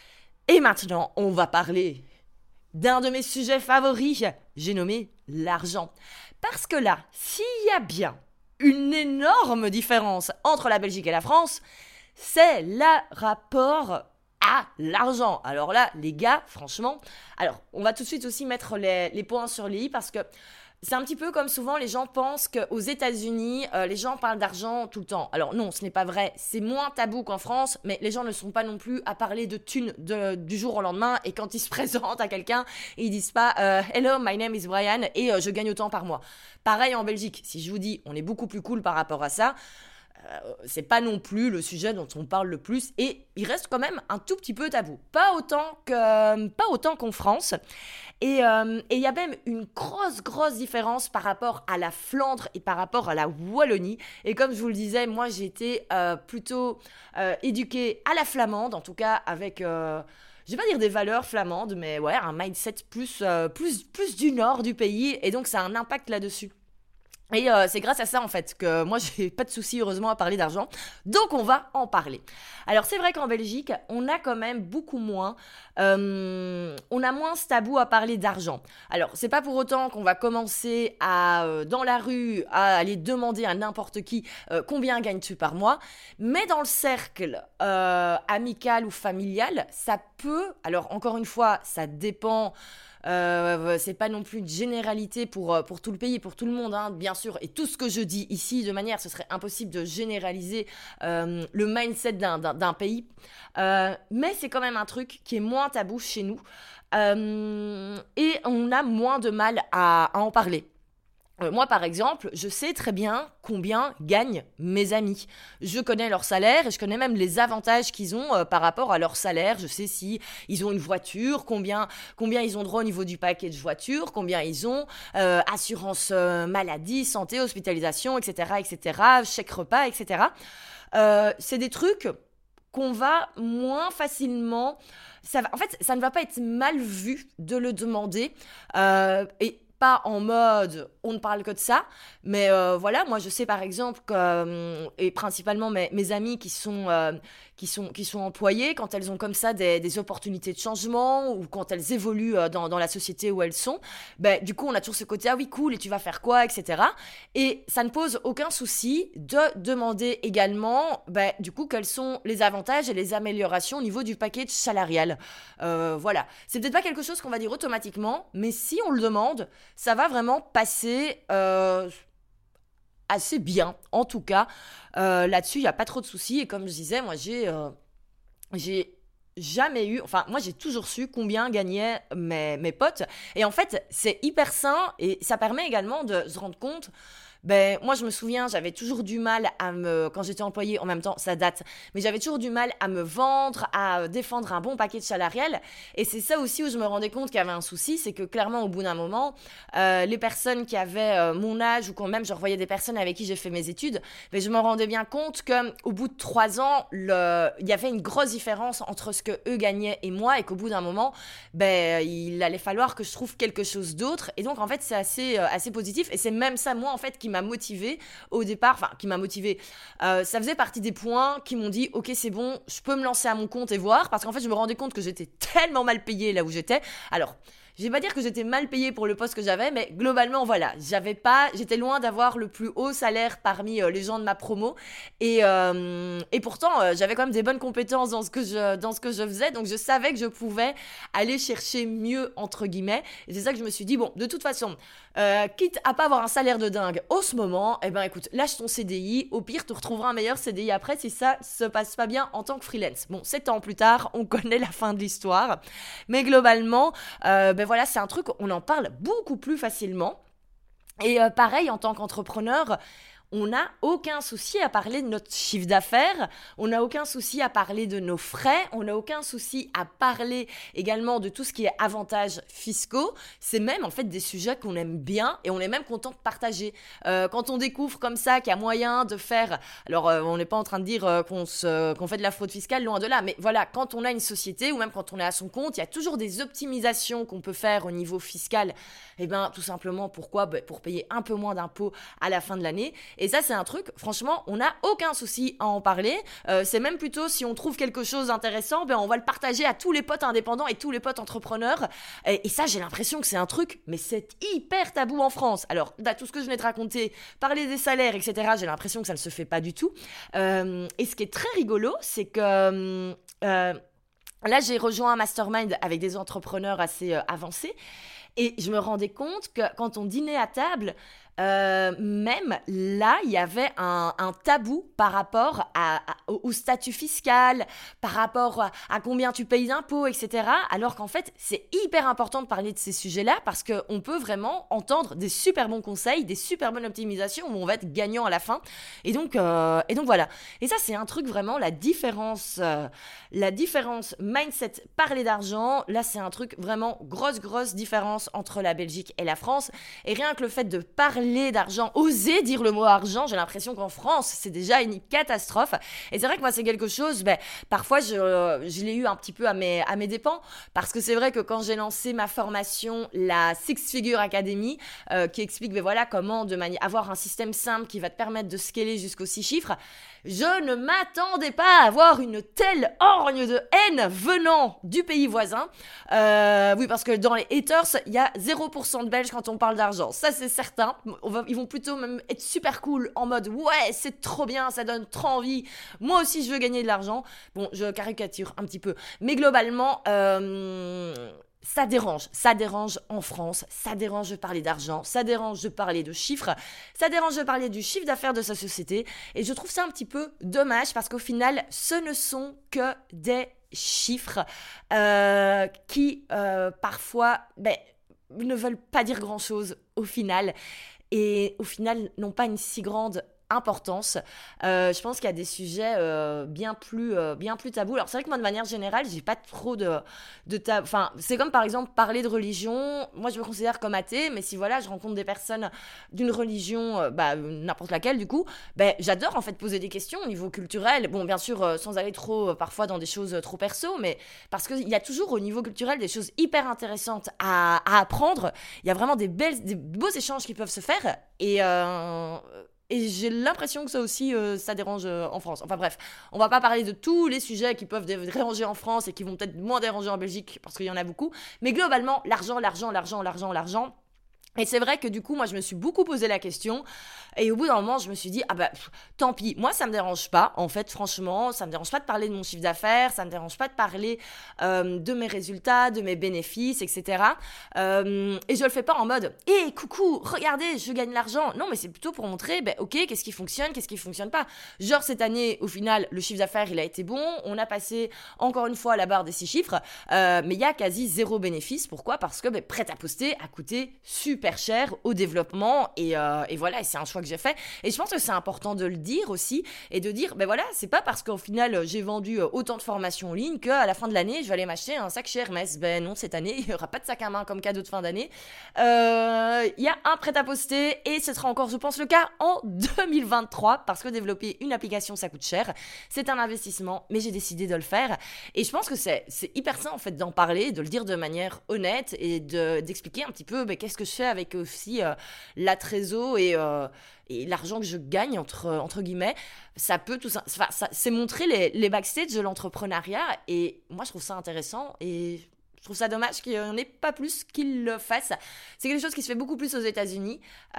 Et maintenant, on va parler d'un de mes sujets favoris, j'ai nommé l'argent. Parce que là, s'il y a bien une énorme différence entre la Belgique et la France, c'est le rapport à l'argent. Alors là, les gars, franchement, alors on va tout de suite aussi mettre les, les points sur les i parce que c'est un petit peu comme souvent les gens pensent qu'aux États-Unis, euh, les gens parlent d'argent tout le temps. Alors non, ce n'est pas vrai. C'est moins tabou qu'en France, mais les gens ne sont pas non plus à parler de thunes de, du jour au lendemain. Et quand ils se présentent à quelqu'un, ils disent pas euh, « Hello, my name is Brian et euh, je gagne autant par mois ». Pareil en Belgique. Si je vous dis, on est beaucoup plus cool par rapport à ça. Euh, c'est pas non plus le sujet dont on parle le plus et il reste quand même un tout petit peu tabou. Pas autant que, pas autant qu'en France. Et il euh, y a même une grosse, grosse différence par rapport à la Flandre et par rapport à la Wallonie. Et comme je vous le disais, moi j'ai été euh, plutôt euh, éduquée à la flamande, en tout cas avec... Euh, je vais pas dire des valeurs flamandes, mais ouais, un mindset plus, euh, plus, plus du nord du pays. Et donc ça a un impact là-dessus. Et euh, c'est grâce à ça en fait que moi j'ai pas de souci heureusement à parler d'argent, donc on va en parler. Alors c'est vrai qu'en Belgique on a quand même beaucoup moins, euh, on a moins ce tabou à parler d'argent. Alors c'est pas pour autant qu'on va commencer à euh, dans la rue à aller demander à n'importe qui euh, combien gagnes-tu par mois, mais dans le cercle euh, amical ou familial ça peut, alors encore une fois ça dépend. Euh, c'est pas non plus une généralité pour, euh, pour tout le pays, pour tout le monde, hein, bien sûr. Et tout ce que je dis ici, de manière, ce serait impossible de généraliser euh, le mindset d'un, d'un, d'un pays. Euh, mais c'est quand même un truc qui est moins tabou chez nous. Euh, et on a moins de mal à, à en parler. Euh, moi, par exemple, je sais très bien combien gagnent mes amis. Je connais leur salaire et je connais même les avantages qu'ils ont euh, par rapport à leur salaire. Je sais si ils ont une voiture, combien, combien ils ont droit au niveau du package voiture, combien ils ont, euh, assurance euh, maladie, santé, hospitalisation, et cetera, et cetera, chèque repas, et cetera. Euh, c'est des trucs qu'on va moins facilement... Ça va, en fait, ça ne va pas être mal vu de le demander. Euh, et pas en mode on ne parle que de ça, mais euh, voilà, moi je sais par exemple que, euh, et principalement mes, mes amies qui sont, euh, qui, sont, qui sont employées, quand elles ont comme ça des, des opportunités de changement ou quand elles évoluent euh, dans, dans la société où elles sont, ben, du coup on a toujours ce côté ah oui cool et tu vas faire quoi, et cetera. Et ça ne pose aucun souci de demander également ben, du coup quels sont les avantages et les améliorations au niveau du package salarial. Euh, voilà, c'est peut-être pas quelque chose qu'on va dire automatiquement, mais si on le demande, ça va vraiment passer euh, assez bien, en tout cas. Euh, là-dessus, il n'y a pas trop de soucis. Et comme je disais, moi, j'ai, euh, j'ai jamais eu... Enfin, moi, j'ai toujours su combien gagnaient mes, mes potes. Et en fait, c'est hyper sain et ça permet également de se rendre compte... Ben, moi, je me souviens, j'avais toujours du mal à me... Quand j'étais employée, en même temps, ça date. Mais j'avais toujours du mal à me vendre, à défendre un bon package salarial. Et c'est ça aussi où je me rendais compte qu'il y avait un souci. C'est que clairement, au bout d'un moment, euh, les personnes qui avaient euh, mon âge ou quand même je revoyais des personnes avec qui j'ai fait mes études, ben, je me rendais bien compte qu'au bout de trois ans, le... il y avait une grosse différence entre ce qu'eux gagnaient et moi. Et qu'au bout d'un moment, ben, il allait falloir que je trouve quelque chose d'autre. Et donc, en fait, c'est assez, euh, assez positif. Et c'est même ça, moi, en fait, qui m'a motivée au départ, enfin qui m'a motivée, euh, ça faisait partie des points qui m'ont dit ok c'est bon, je peux me lancer à mon compte et voir, parce qu'en fait je me rendais compte que j'étais tellement mal payée là où j'étais. Alors je vais pas dire que j'étais mal payée pour le poste que j'avais, mais globalement voilà, j'avais pas, j'étais loin d'avoir le plus haut salaire parmi euh, les gens de ma promo, et euh, et pourtant euh, j'avais quand même des bonnes compétences dans ce que je dans ce que je faisais, donc je savais que je pouvais aller chercher mieux entre guillemets, et c'est ça que je me suis dit bon de toute façon, euh, quitte à pas avoir un salaire de dingue au ce moment, eh ben écoute, lâche ton C D I, au pire tu retrouveras un meilleur C D I après si ça se passe pas bien en tant que freelance. Bon, sept ans plus tard, on connaît la fin de l'histoire, mais globalement euh, ben voilà, c'est un truc, on en parle beaucoup plus facilement. Et euh, pareil, en tant qu'entrepreneur, on n'a aucun souci à parler de notre chiffre d'affaires, on n'a aucun souci à parler de nos frais, on n'a aucun souci à parler également de tout ce qui est avantages fiscaux. C'est même en fait des sujets qu'on aime bien et on est même content de partager. Euh, quand on découvre comme ça qu'il y a moyen de faire... Alors euh, on n'est pas en train de dire euh, qu'on, se, qu'on fait de la fraude fiscale, loin de là, mais voilà, quand on a une société ou même quand on est à son compte, il y a toujours des optimisations qu'on peut faire au niveau fiscal. Et bien tout simplement pourquoi ben, pour payer un peu moins d'impôts à la fin de l'année. Et ça, c'est un truc, franchement, on n'a aucun souci à en parler. Euh, c'est même plutôt, si on trouve quelque chose d'intéressant, ben on va le partager à tous les potes indépendants et tous les potes entrepreneurs. Et, et ça, j'ai l'impression que c'est un truc, mais c'est hyper tabou en France. Alors, là, tout ce que je venais de raconter, parler des salaires, et cetera, j'ai l'impression que ça ne se fait pas du tout. Euh, et ce qui est très rigolo, c'est que... Euh, là, j'ai rejoint un mastermind avec des entrepreneurs assez euh, avancés. Et je me rendais compte que quand on dînait à table, euh, même là, il y avait un, un tabou par rapport à, à- au au statut fiscal, par rapport à, à combien tu payes d'impôts, et cetera. Alors qu'en fait, c'est hyper important de parler de ces sujets-là parce qu'on peut vraiment entendre des super bons conseils, des super bonnes optimisations où on va être gagnant à la fin. Et donc, euh, et donc voilà. Et ça, c'est un truc vraiment, la différence, euh, la différence mindset, parler d'argent. Là, c'est un truc vraiment grosse, grosse différence entre la Belgique et la France. Et rien que le fait de parler d'argent, oser dire le mot argent, j'ai l'impression qu'en France, c'est déjà une catastrophe. Et c'est vrai que moi, c'est quelque chose, ben, parfois, je, je l'ai eu un petit peu à mes, à mes dépens, parce que c'est vrai que quand j'ai lancé ma formation, la Six Figure Academy, euh, qui explique, ben voilà, comment de mani- avoir un système simple qui va te permettre de scaler jusqu'aux six chiffres, je ne m'attendais pas à avoir une telle orgne de haine venant du pays voisin. Euh, oui, parce que dans les haters, il y a zéro pour cent de Belges quand on parle d'argent. Ça, c'est certain. On va, ils vont plutôt même être super cool en mode « Ouais, c'est trop bien, ça donne trop envie. Moi aussi, je veux gagner de l'argent. » Bon, je caricature un petit peu. Mais globalement... Euh, ça dérange, ça dérange en France, ça dérange de parler d'argent, ça dérange de parler de chiffres, ça dérange de parler du chiffre d'affaires de sa société. Et je trouve ça un petit peu dommage parce qu'au final, ce ne sont que des chiffres euh, qui euh, parfois ben, ne veulent pas dire grand-chose au final. Et au final, n'ont pas une si grande importance. Euh, je pense qu'il y a des sujets euh, bien plus euh, bien plus tabous. Alors c'est vrai que moi de manière générale, j'ai pas trop de de tabou. Enfin, c'est comme par exemple parler de religion. Moi, je me considère comme athée, mais si voilà, je rencontre des personnes d'une religion, euh, bah n'importe laquelle du coup, ben j'adore en fait poser des questions au niveau culturel. Bon, bien sûr, euh, sans aller trop euh, parfois dans des choses euh, trop perso, mais parce qu'il y a toujours au niveau culturel des choses hyper intéressantes à, à apprendre. Il y a vraiment des belles, des beaux échanges qui peuvent se faire et euh, Et j'ai l'impression que ça aussi, euh, ça dérange euh, en France. Enfin bref, on va pas parler de tous les sujets qui peuvent déranger en France et qui vont peut-être moins déranger en Belgique, parce qu'il y en a beaucoup. Mais globalement, l'argent, l'argent, l'argent, l'argent, l'argent. Et c'est vrai que du coup, moi, je me suis beaucoup posé la question. Et au bout d'un moment, je me suis dit, ah bah, pff, tant pis. Moi, ça me dérange pas. En fait, franchement, ça me dérange pas de parler de mon chiffre d'affaires. Ça me dérange pas de parler euh, de mes résultats, de mes bénéfices, et cetera. Euh, et je le fais pas en mode, hé, hey, coucou, regardez, je gagne de l'argent. Non, mais c'est plutôt pour montrer, ben, ok, qu'est-ce qui fonctionne, qu'est-ce qui fonctionne pas. Genre, cette année, au final, le chiffre d'affaires, il a été bon. On a passé, encore une fois, la barre des six chiffres. Euh, mais il y a quasi zéro bénéfice. Pourquoi ? Parce que ben, prêt à poster a coûté super super cher au développement et, euh, et voilà, et c'est un choix que j'ai fait et je pense que c'est important de le dire aussi et de dire, ben voilà, c'est pas parce qu'au final j'ai vendu autant de formations en ligne qu'à la fin de l'année je vais aller m'acheter un sac chez Hermès. Ben non, cette année il y aura pas de sac à main comme cadeau de fin d'année. Il euh, y a un prêt à poster et ce sera encore je pense le cas en deux mille vingt-trois parce que développer une application ça coûte cher, c'est un investissement mais j'ai décidé de le faire et je pense que c'est, c'est hyper sain en fait d'en parler, de le dire de manière honnête et de, d'expliquer un petit peu ben, qu'est-ce que je fais avec aussi euh, la trésor et, euh, et l'argent que je gagne entre, entre guillemets. Ça peut tout ça, enfin, ça c'est montrer les, les backstage de l'entrepreneuriat et moi je trouve ça intéressant et je trouve ça dommage qu'il n'y en ait pas plus qui le fassent. C'est quelque chose qui se fait beaucoup plus aux États-Unis.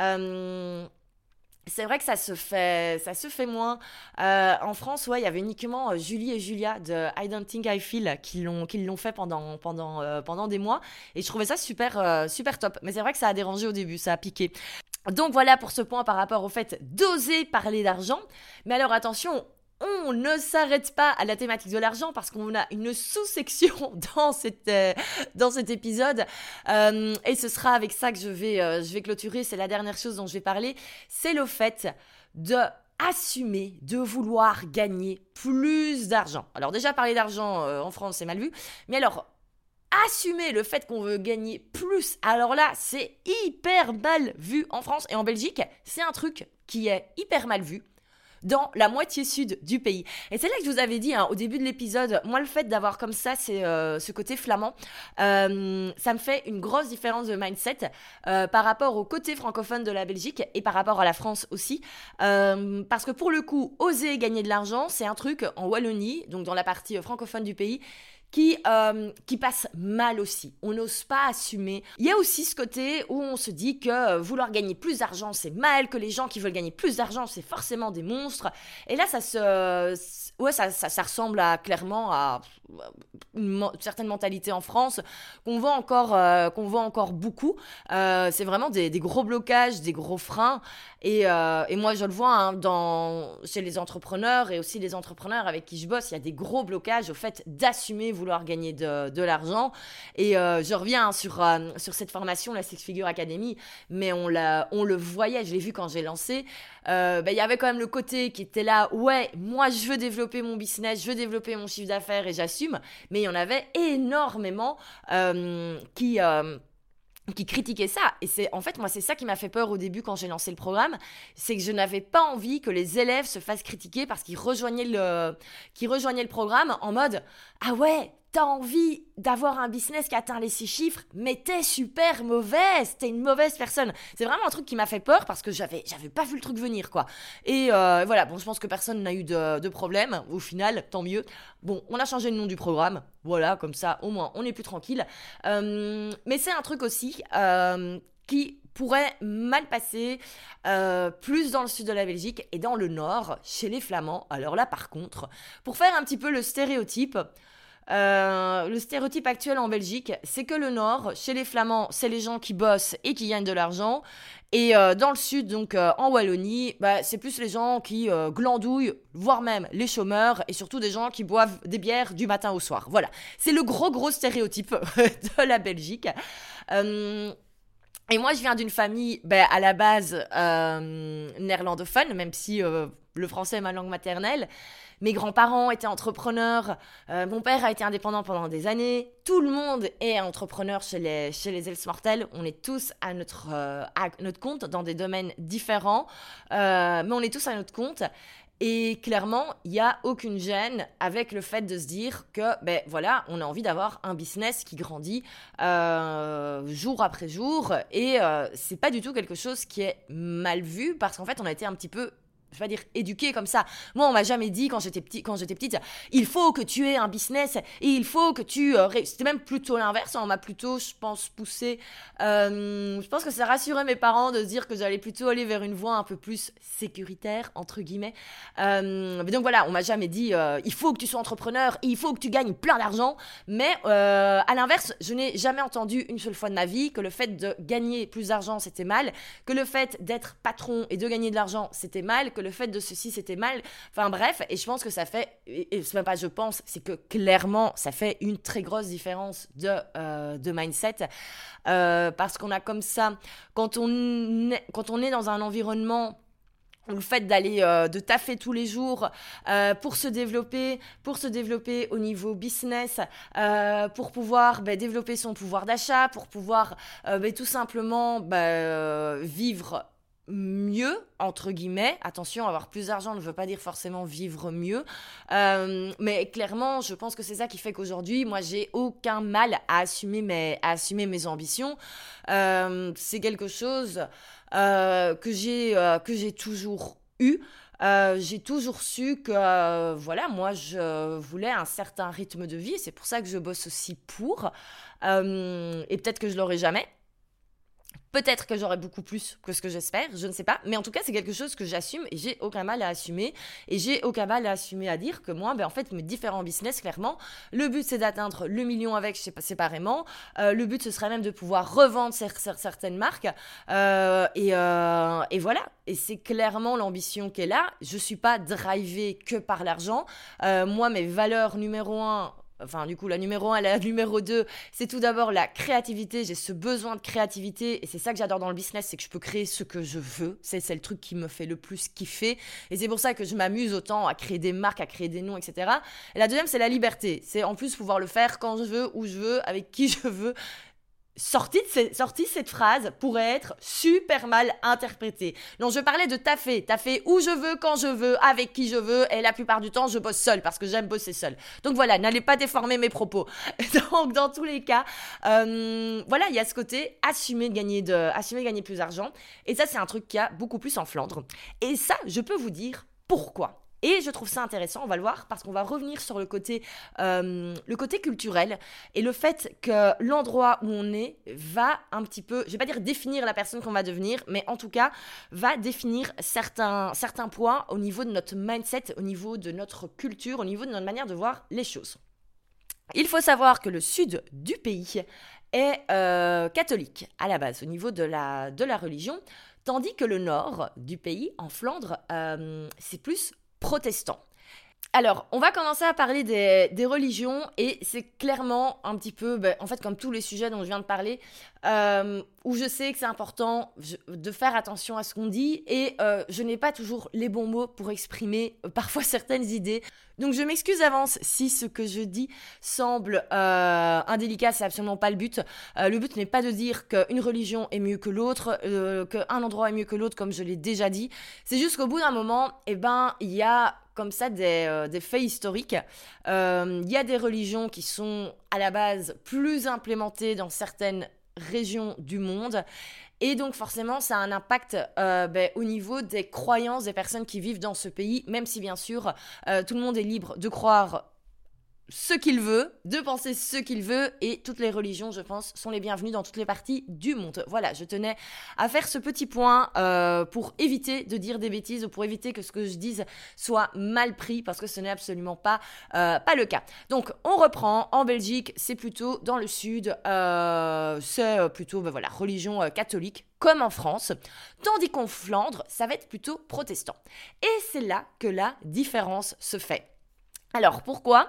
Euh, C'est vrai que ça se fait, ça se fait moins. Euh, en France, ouais, il y avait uniquement euh, Julie et Julia de I Don't Think I Feel qui l'ont, qui l'ont fait pendant, pendant, euh, pendant des mois. Et je trouvais ça super, euh, super top. Mais c'est vrai que ça a dérangé au début, ça a piqué. Donc voilà pour ce point par rapport au fait d'oser parler d'argent. Mais alors attention, on ne s'arrête pas à la thématique de l'argent parce qu'on a une sous-section dans, cette, euh, dans cet épisode euh, et ce sera avec ça que je vais, euh, je vais clôturer, c'est la dernière chose dont je vais parler, c'est le fait de assumer de vouloir gagner plus d'argent. Alors déjà parler d'argent euh, en France c'est mal vu, mais alors assumer le fait qu'on veut gagner plus, alors là c'est hyper mal vu en France et en Belgique, c'est un truc qui est hyper mal vu dans la moitié sud du pays. Et c'est là que je vous avais dit hein, au début de l'épisode, moi le fait d'avoir comme ça c'est, euh, ce côté flamand, euh, ça me fait une grosse différence de mindset euh, par rapport au côté francophone de la Belgique et par rapport à la France aussi. Euh, parce que pour le coup, oser gagner de l'argent, c'est un truc en Wallonie, donc dans la partie francophone du pays, qui, euh, qui passe mal aussi. On n'ose pas assumer. Il y a aussi ce côté où on se dit que euh, vouloir gagner plus d'argent, c'est mal, que les gens qui veulent gagner plus d'argent, c'est forcément des monstres. Et là, ça se... Ouais, ça, ça, ça ressemble à, clairement à une certaine mentalité en France qu'on voit encore, euh, qu'on voit encore beaucoup. Euh, c'est vraiment des, des gros blocages, des gros freins. Et, euh, et moi, je le vois hein, dans, chez les entrepreneurs et aussi les entrepreneurs avec qui je bosse, il y a des gros blocages au fait d'assumer vouloir gagner de, de l'argent. Et euh, je reviens hein, sur, euh, sur cette formation, la Six Figure Academy, mais on, l'a, on le voyait, je l'ai vu quand j'ai lancé. Euh, bah, y avait quand même le côté qui était là, ouais, moi je veux développer mon business, je veux développer mon chiffre d'affaires et j'assume, mais il y en avait énormément euh, qui... Euh, qui critiquaient ça. Et c'est, en fait, moi, c'est ça qui m'a fait peur au début quand j'ai lancé le programme, c'est que je n'avais pas envie que les élèves se fassent critiquer parce qu'ils rejoignaient le, qu'ils rejoignaient le programme en mode « Ah ouais, t'as envie d'avoir un business qui atteint les six chiffres, mais t'es super mauvaise, t'es une mauvaise personne. » C'est vraiment un truc qui m'a fait peur parce que j'avais, j'avais pas vu le truc venir, quoi. Et euh, voilà, bon, je pense que personne n'a eu de, de problème. Au final, tant mieux. Bon, on a changé le nom du programme. Voilà, comme ça, au moins, on est plus tranquille. Euh, mais c'est un truc aussi euh, qui pourrait mal passer euh, plus dans le sud de la Belgique et dans le nord, chez les Flamands. Alors là, par contre, pour faire un petit peu le stéréotype, Euh, le stéréotype actuel en Belgique, c'est que le Nord, chez les Flamands, c'est les gens qui bossent et qui gagnent de l'argent. Et euh, dans le Sud, donc euh, en Wallonie, bah, c'est plus les gens qui euh, glandouillent, voire même les chômeurs, et surtout des gens qui boivent des bières du matin au soir. Voilà, c'est le gros gros stéréotype de la Belgique. Euh, et moi, je viens d'une famille, ben, à la base, euh, néerlandophone, même si euh, le français est ma langue maternelle. Mes grands-parents étaient entrepreneurs, euh, mon père a été indépendant pendant des années. Tout le monde est entrepreneur chez les, chez les Elsmortel. On est tous à notre, euh, à notre compte dans des domaines différents, euh, mais on est tous à notre compte. Et clairement, il n'y a aucune gêne avec le fait de se dire que, ben voilà, on a envie d'avoir un business qui grandit euh, jour après jour. Et euh, c'est pas du tout quelque chose qui est mal vu parce qu'en fait, on a été un petit peu, je vais pas dire éduqué comme ça. Moi, on m'a jamais dit quand j'étais petit, quand j'étais petite, il faut que tu aies un business et il faut que tu. Euh, ré... C'était même plutôt l'inverse. On m'a plutôt, je pense, poussé. Euh, je pense que ça rassurait mes parents de se dire que j'allais plutôt aller vers une voie un peu plus sécuritaire entre guillemets. Euh, mais donc voilà, on m'a jamais dit euh, il faut que tu sois entrepreneur, il faut que tu gagnes plein d'argent. Mais euh, à l'inverse, je n'ai jamais entendu une seule fois de ma vie que le fait de gagner plus d'argent c'était mal, que le fait d'être patron et de gagner de l'argent c'était mal, que le fait de ceci c'était mal, enfin bref, et je pense que ça fait, et c'est même pas je pense, c'est que clairement ça fait une très grosse différence de, euh, de mindset, euh, parce qu'on a comme ça, quand on est, quand on est dans un environnement où le fait d'aller, euh, de taffer tous les jours euh, pour se développer, pour se développer au niveau business, euh, pour pouvoir bah, développer son pouvoir d'achat, pour pouvoir euh, bah, tout simplement bah, euh, vivre mieux, entre guillemets. Attention, avoir plus d'argent ne veut pas dire forcément vivre mieux. Euh, mais clairement, je pense que c'est ça qui fait qu'aujourd'hui, moi, j'ai aucun mal à assumer mes, à assumer mes ambitions. Euh, c'est quelque chose euh, que j'ai, euh, que j'ai toujours eu. Euh, j'ai toujours su que, euh, voilà, moi, je voulais un certain rythme de vie. C'est pour ça que je bosse aussi pour. Euh, et peut-être que je l'aurai jamais. Peut-être que j'aurai beaucoup plus que ce que j'espère, je ne sais pas. Mais en tout cas, c'est quelque chose que j'assume et j'ai aucun mal à assumer. Et j'ai aucun mal à assumer à dire que moi, ben, en fait, mes différents business, clairement, le but, c'est d'atteindre le million avec séparément. Euh, le but, ce serait même de pouvoir revendre cer- cer- certaines marques. Euh, et, euh, et voilà. Et c'est clairement l'ambition qui est là. Je ne suis pas drivée que par l'argent. Euh, moi, mes valeurs numéro un... Enfin, du coup, la numéro un et la numéro deux, c'est tout d'abord la créativité. J'ai ce besoin de créativité et c'est ça que j'adore dans le business, c'est que je peux créer ce que je veux. C'est, c'est le truc qui me fait le plus kiffer. Et c'est pour ça que je m'amuse autant à créer des marques, à créer des noms, et cetera. Et la deuxième, c'est la liberté. C'est en plus pouvoir le faire quand je veux, où je veux, avec qui je veux. Sortie, de ces, sortie cette phrase pourrait être super mal interprétée. Non, je parlais de taffer. Taffer où je veux, quand je veux, avec qui je veux. Et la plupart du temps, je bosse seule parce que j'aime bosser seule. Donc voilà, n'allez pas déformer mes propos. Donc dans tous les cas, euh, voilà, il y a ce côté assumer de gagner, de, assumer de gagner plus d'argent. Et ça, c'est un truc qu'il y a beaucoup plus en Flandre. Et ça, je peux vous dire pourquoi. Et je trouve ça intéressant, on va le voir, parce qu'on va revenir sur le côté, euh, le côté culturel et le fait que l'endroit où on est va un petit peu, je vais pas dire définir la personne qu'on va devenir, mais en tout cas va définir certains, certains points au niveau de notre mindset, au niveau de notre culture, au niveau de notre manière de voir les choses. Il faut savoir que le sud du pays est euh, catholique à la base, au niveau de la, de la religion, tandis que le nord du pays, en Flandre, euh, c'est plus protestant. Alors, on va commencer à parler des, des religions et c'est clairement un petit peu, ben, en fait, comme tous les sujets dont je viens de parler, euh, où je sais que c'est important de faire attention à ce qu'on dit et euh, je n'ai pas toujours les bons mots pour exprimer euh, parfois certaines idées. Donc, je m'excuse d'avance si ce que je dis semble euh, indélicat, c'est absolument pas le but. Euh, le but n'est pas de dire qu'une religion est mieux que l'autre, euh, qu'un endroit est mieux que l'autre, comme je l'ai déjà dit. C'est juste qu'au bout d'un moment, eh ben, il y a comme ça des, euh, des faits historiques. Il euh, y a des religions qui sont à la base plus implémentées dans certaines régions du monde et donc forcément ça a un impact euh, ben, au niveau des croyances des personnes qui vivent dans ce pays, même si bien sûr euh, tout le monde est libre de croire ce qu'il veut, de penser ce qu'il veut, et toutes les religions, je pense, sont les bienvenues dans toutes les parties du monde. Voilà, je tenais à faire ce petit point euh, pour éviter de dire des bêtises ou pour éviter que ce que je dise soit mal pris, parce que ce n'est absolument pas, euh, pas le cas. Donc, on reprend. En Belgique, c'est plutôt dans le sud, euh, c'est plutôt, ben voilà, religion euh, catholique, comme en France, tandis qu'en Flandre, ça va être plutôt protestant. Et c'est là que la différence se fait. Alors, pourquoi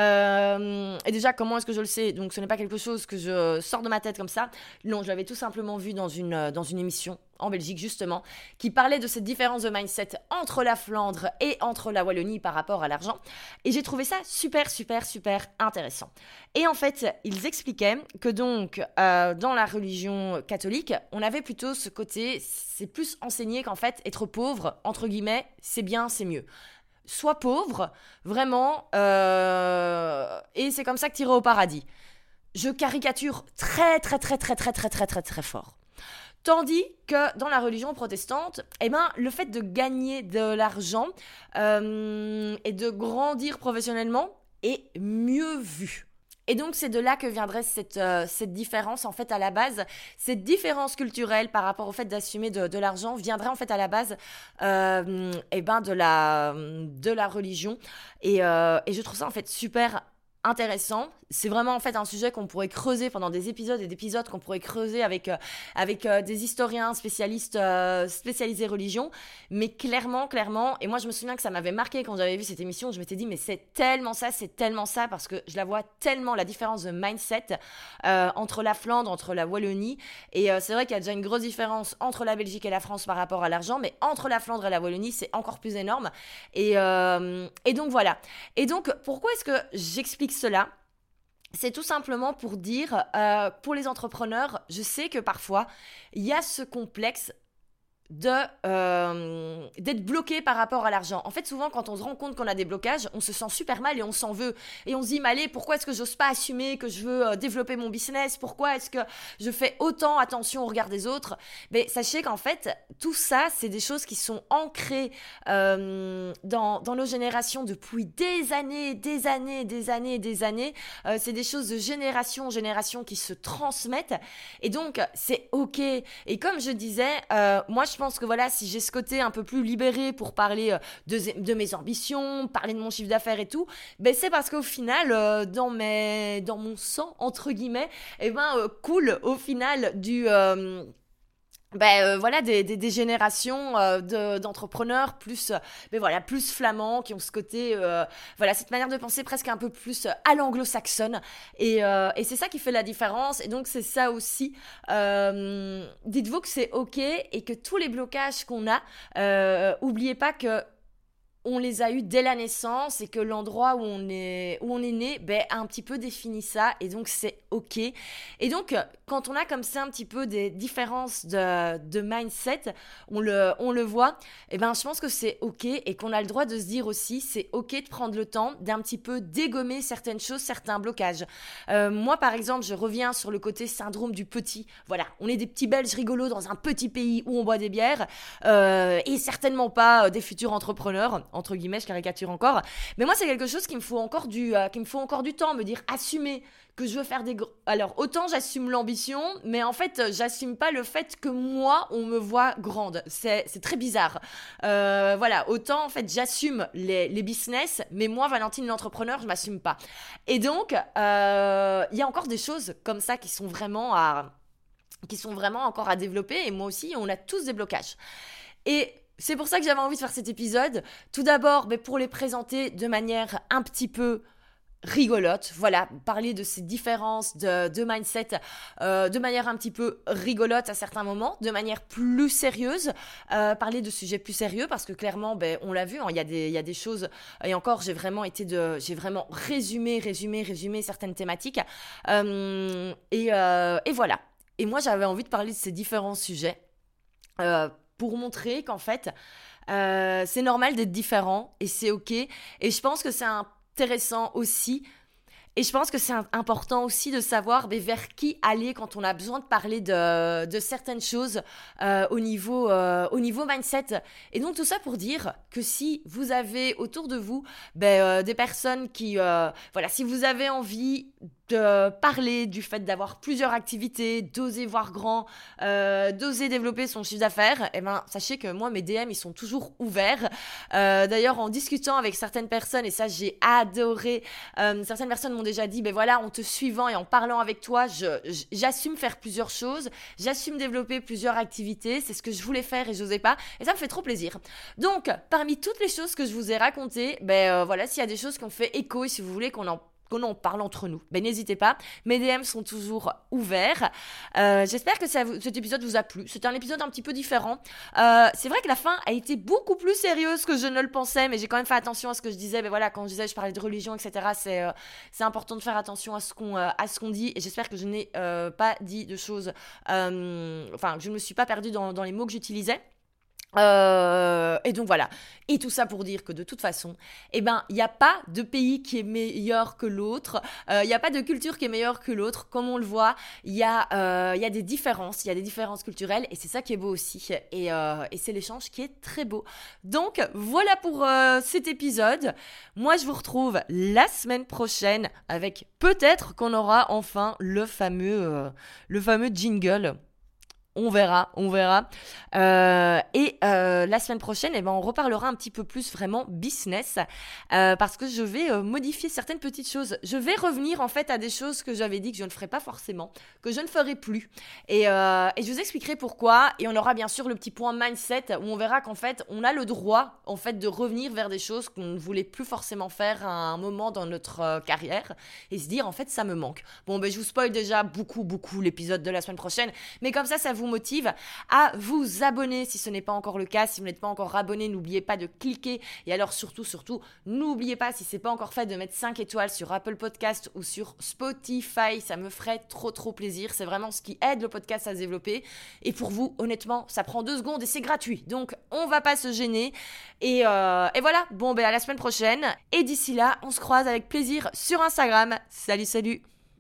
euh, Et déjà, comment est-ce que je le sais? Donc, ce n'est pas quelque chose que je sors de ma tête comme ça. Non, je l'avais tout simplement vu dans une, dans une émission en Belgique, justement, qui parlait de cette différence de mindset entre la Flandre et entre la Wallonie par rapport à l'argent. Et j'ai trouvé ça super, super, super intéressant. Et en fait, ils expliquaient que donc, euh, dans la religion catholique, on avait plutôt ce côté, c'est plus enseigné qu'en fait, être pauvre, entre guillemets, c'est bien, c'est mieux. Sois pauvre, vraiment, euh, et c'est comme ça que tu iras au paradis. Je caricature très, très, très, très, très, très, très, très, très fort. Tandis que dans la religion protestante, eh ben, le fait de gagner de l'argent euh, et de grandir professionnellement est mieux vu. Et donc, c'est de là que viendrait cette, euh, cette différence, en fait, à la base. Cette différence culturelle par rapport au fait d'assumer de, de l'argent viendrait, en fait, à la base euh, eh ben, de, la, de la religion. Et, euh, et je trouve ça, en fait, super intéressant. C'est vraiment en fait un sujet qu'on pourrait creuser pendant des épisodes et des épisodes qu'on pourrait creuser avec, euh, avec euh, des historiens spécialistes euh, spécialisés religion. Mais clairement, clairement, et moi je me souviens que ça m'avait marqué quand j'avais vu cette émission, je m'étais dit mais c'est tellement ça, c'est tellement ça, parce que je la vois tellement, la différence de mindset euh, entre la Flandre, entre la Wallonie. Et euh, c'est vrai qu'il y a déjà une grosse différence entre la Belgique et la France par rapport à l'argent, mais entre la Flandre et la Wallonie, c'est encore plus énorme. Et, euh, et donc voilà. Et donc pourquoi est-ce que j'explique cela? C'est tout simplement pour dire, euh, pour les entrepreneurs, je sais que parfois, il y a ce complexe de euh, d'être bloqué par rapport à l'argent. En fait, souvent, quand on se rend compte qu'on a des blocages, on se sent super mal et on s'en veut. Et on se dit, mais allez, pourquoi est-ce que j'ose pas assumer que je veux euh, développer mon business? Pourquoi est-ce que je fais autant attention au regard des autres? Mais sachez qu'en fait, tout ça, c'est des choses qui sont ancrées euh, dans, dans nos générations depuis des années, des années, des années, des années. Euh, c'est des choses de génération en génération qui se transmettent. Et donc, c'est OK. Et comme je disais, euh, moi, je Je pense que voilà, si j'ai ce côté un peu plus libéré pour parler de, de mes ambitions, parler de mon chiffre d'affaires et tout, ben c'est parce qu'au final, euh, dans, mes, dans mon sang, entre guillemets, eh ben, euh, coule au final du... Euh, Ben euh, voilà des, des, des générations euh, de, d'entrepreneurs plus euh, ben voilà plus flamands qui ont ce côté euh, voilà cette manière de penser presque un peu plus euh, à l'anglo-saxonne et, euh, et c'est ça qui fait la différence. Et donc c'est ça aussi, euh, dites-vous que c'est ok et que tous les blocages qu'on a, euh, oubliez pas que on les a eus dès la naissance et que l'endroit où on est, où on est né ben, a un petit peu défini ça, et donc c'est ok. Et donc quand on a comme ça un petit peu des différences de, de mindset, on le, on le voit, et ben, je pense que c'est ok et qu'on a le droit de se dire aussi c'est ok de prendre le temps d'un petit peu dégommer certaines choses, certains blocages. Euh, moi par exemple, je reviens sur le côté syndrome du petit. Voilà, on est des petits Belges rigolos dans un petit pays où on boit des bières euh, et certainement pas des futurs entrepreneurs. Entre guillemets, je caricature encore. Mais moi, c'est quelque chose qui me faut encore du, euh, qui me faut encore du temps, me dire assumer que je veux faire des... Gr- Alors, autant j'assume l'ambition, mais en fait, j'assume pas le fait que moi, on me voit grande. C'est, c'est très bizarre. Euh, voilà, autant en fait, j'assume les, les business, mais moi, Valentine l'entrepreneur, je m'assume pas. Et donc, il euh, y a encore des choses comme ça qui sont vraiment à... qui sont vraiment encore à développer. Et moi aussi, on a tous des blocages. Et c'est pour ça que j'avais envie de faire cet épisode. Tout d'abord, ben, pour les présenter de manière un petit peu rigolote. Voilà, parler de ces différences de, de mindset euh, de manière un petit peu rigolote à certains moments, de manière plus sérieuse, euh, parler de sujets plus sérieux, parce que clairement, ben, on l'a vu, hein, il y a des, il y a des choses, et encore, j'ai vraiment été de, j'ai vraiment résumé, résumé, résumé certaines thématiques, euh, et, euh, et voilà. Et moi, j'avais envie de parler de ces différents sujets, euh, pour montrer qu'en fait, euh, c'est normal d'être différent et c'est ok. Et je pense que c'est intéressant aussi. Et je pense que c'est important aussi de savoir mais, vers qui aller quand on a besoin de parler de, de certaines choses euh, au, niveau, euh, au niveau mindset. Et donc tout ça pour dire que si vous avez autour de vous ben, euh, des personnes qui... Euh, voilà, si vous avez envie de parler du fait d'avoir plusieurs activités, d'oser voir grand, euh, d'oser développer son chiffre d'affaires, eh ben, sachez que moi, mes D M, ils sont toujours ouverts. Euh, d'ailleurs, en discutant avec certaines personnes, et ça, j'ai adoré, euh, certaines personnes m'ont déjà dit, ben voilà, en te suivant et en parlant avec toi, je, j'assume faire plusieurs choses, j'assume développer plusieurs activités, c'est ce que je voulais faire et j'osais pas, et ça me fait trop plaisir. Donc, parmi toutes les choses que je vous ai racontées, ben euh, voilà, s'il y a des choses qui ont fait écho et si vous voulez qu'on en qu'on en parle entre nous, ben n'hésitez pas, mes D M sont toujours ouverts. Euh, j'espère que ça vous, cet épisode vous a plu. C'était un épisode un petit peu différent. Euh, c'est vrai que la fin a été beaucoup plus sérieuse que je ne le pensais, mais j'ai quand même fait attention à ce que je disais. Ben voilà, quand je disais, je parlais de religion, et cetera. C'est euh, c'est important de faire attention à ce qu'on euh, à ce qu'on dit, et j'espère que je n'ai euh, pas dit de choses, euh, enfin, que je ne me suis pas perdue dans, dans les mots que j'utilisais. Euh, et donc voilà, et tout ça pour dire que de toute façon, eh ben, il n'y a pas de pays qui est meilleur que l'autre, il euh, n'y a pas de culture qui est meilleure que l'autre, comme on le voit, il y, euh, y a des différences, il y a des différences culturelles, et c'est ça qui est beau aussi, et, euh, et c'est l'échange qui est très beau. Donc voilà pour euh, cet épisode, moi je vous retrouve la semaine prochaine, avec peut-être qu'on aura enfin le fameux, euh, le fameux jingle. On verra, on verra. Euh, et euh, la semaine prochaine, eh ben, on reparlera un petit peu plus vraiment business euh, parce que je vais euh, modifier certaines petites choses. Je vais revenir en fait à des choses que j'avais dit que je ne ferais pas forcément, que je ne ferai plus. Et, euh, et je vous expliquerai pourquoi. Et on aura bien sûr le petit point mindset où on verra qu'en fait, on a le droit en fait de revenir vers des choses qu'on ne voulait plus forcément faire à un moment dans notre euh, carrière et se dire en fait ça me manque. Bon ben je vous spoil déjà beaucoup beaucoup l'épisode de la semaine prochaine, mais comme ça ça vous motive à vous abonner si ce n'est pas encore le cas. Si vous n'êtes pas encore abonné, n'oubliez pas de cliquer, et alors surtout, surtout, n'oubliez pas, si ce n'est pas encore fait, de mettre cinq étoiles sur Apple Podcast ou sur Spotify, ça me ferait trop trop plaisir, c'est vraiment ce qui aide le podcast à se développer, et pour vous, honnêtement, ça prend deux secondes et c'est gratuit, donc on va pas se gêner, et, euh, et voilà, bon ben à la semaine prochaine, et d'ici là, on se croise avec plaisir sur Instagram. Salut salut.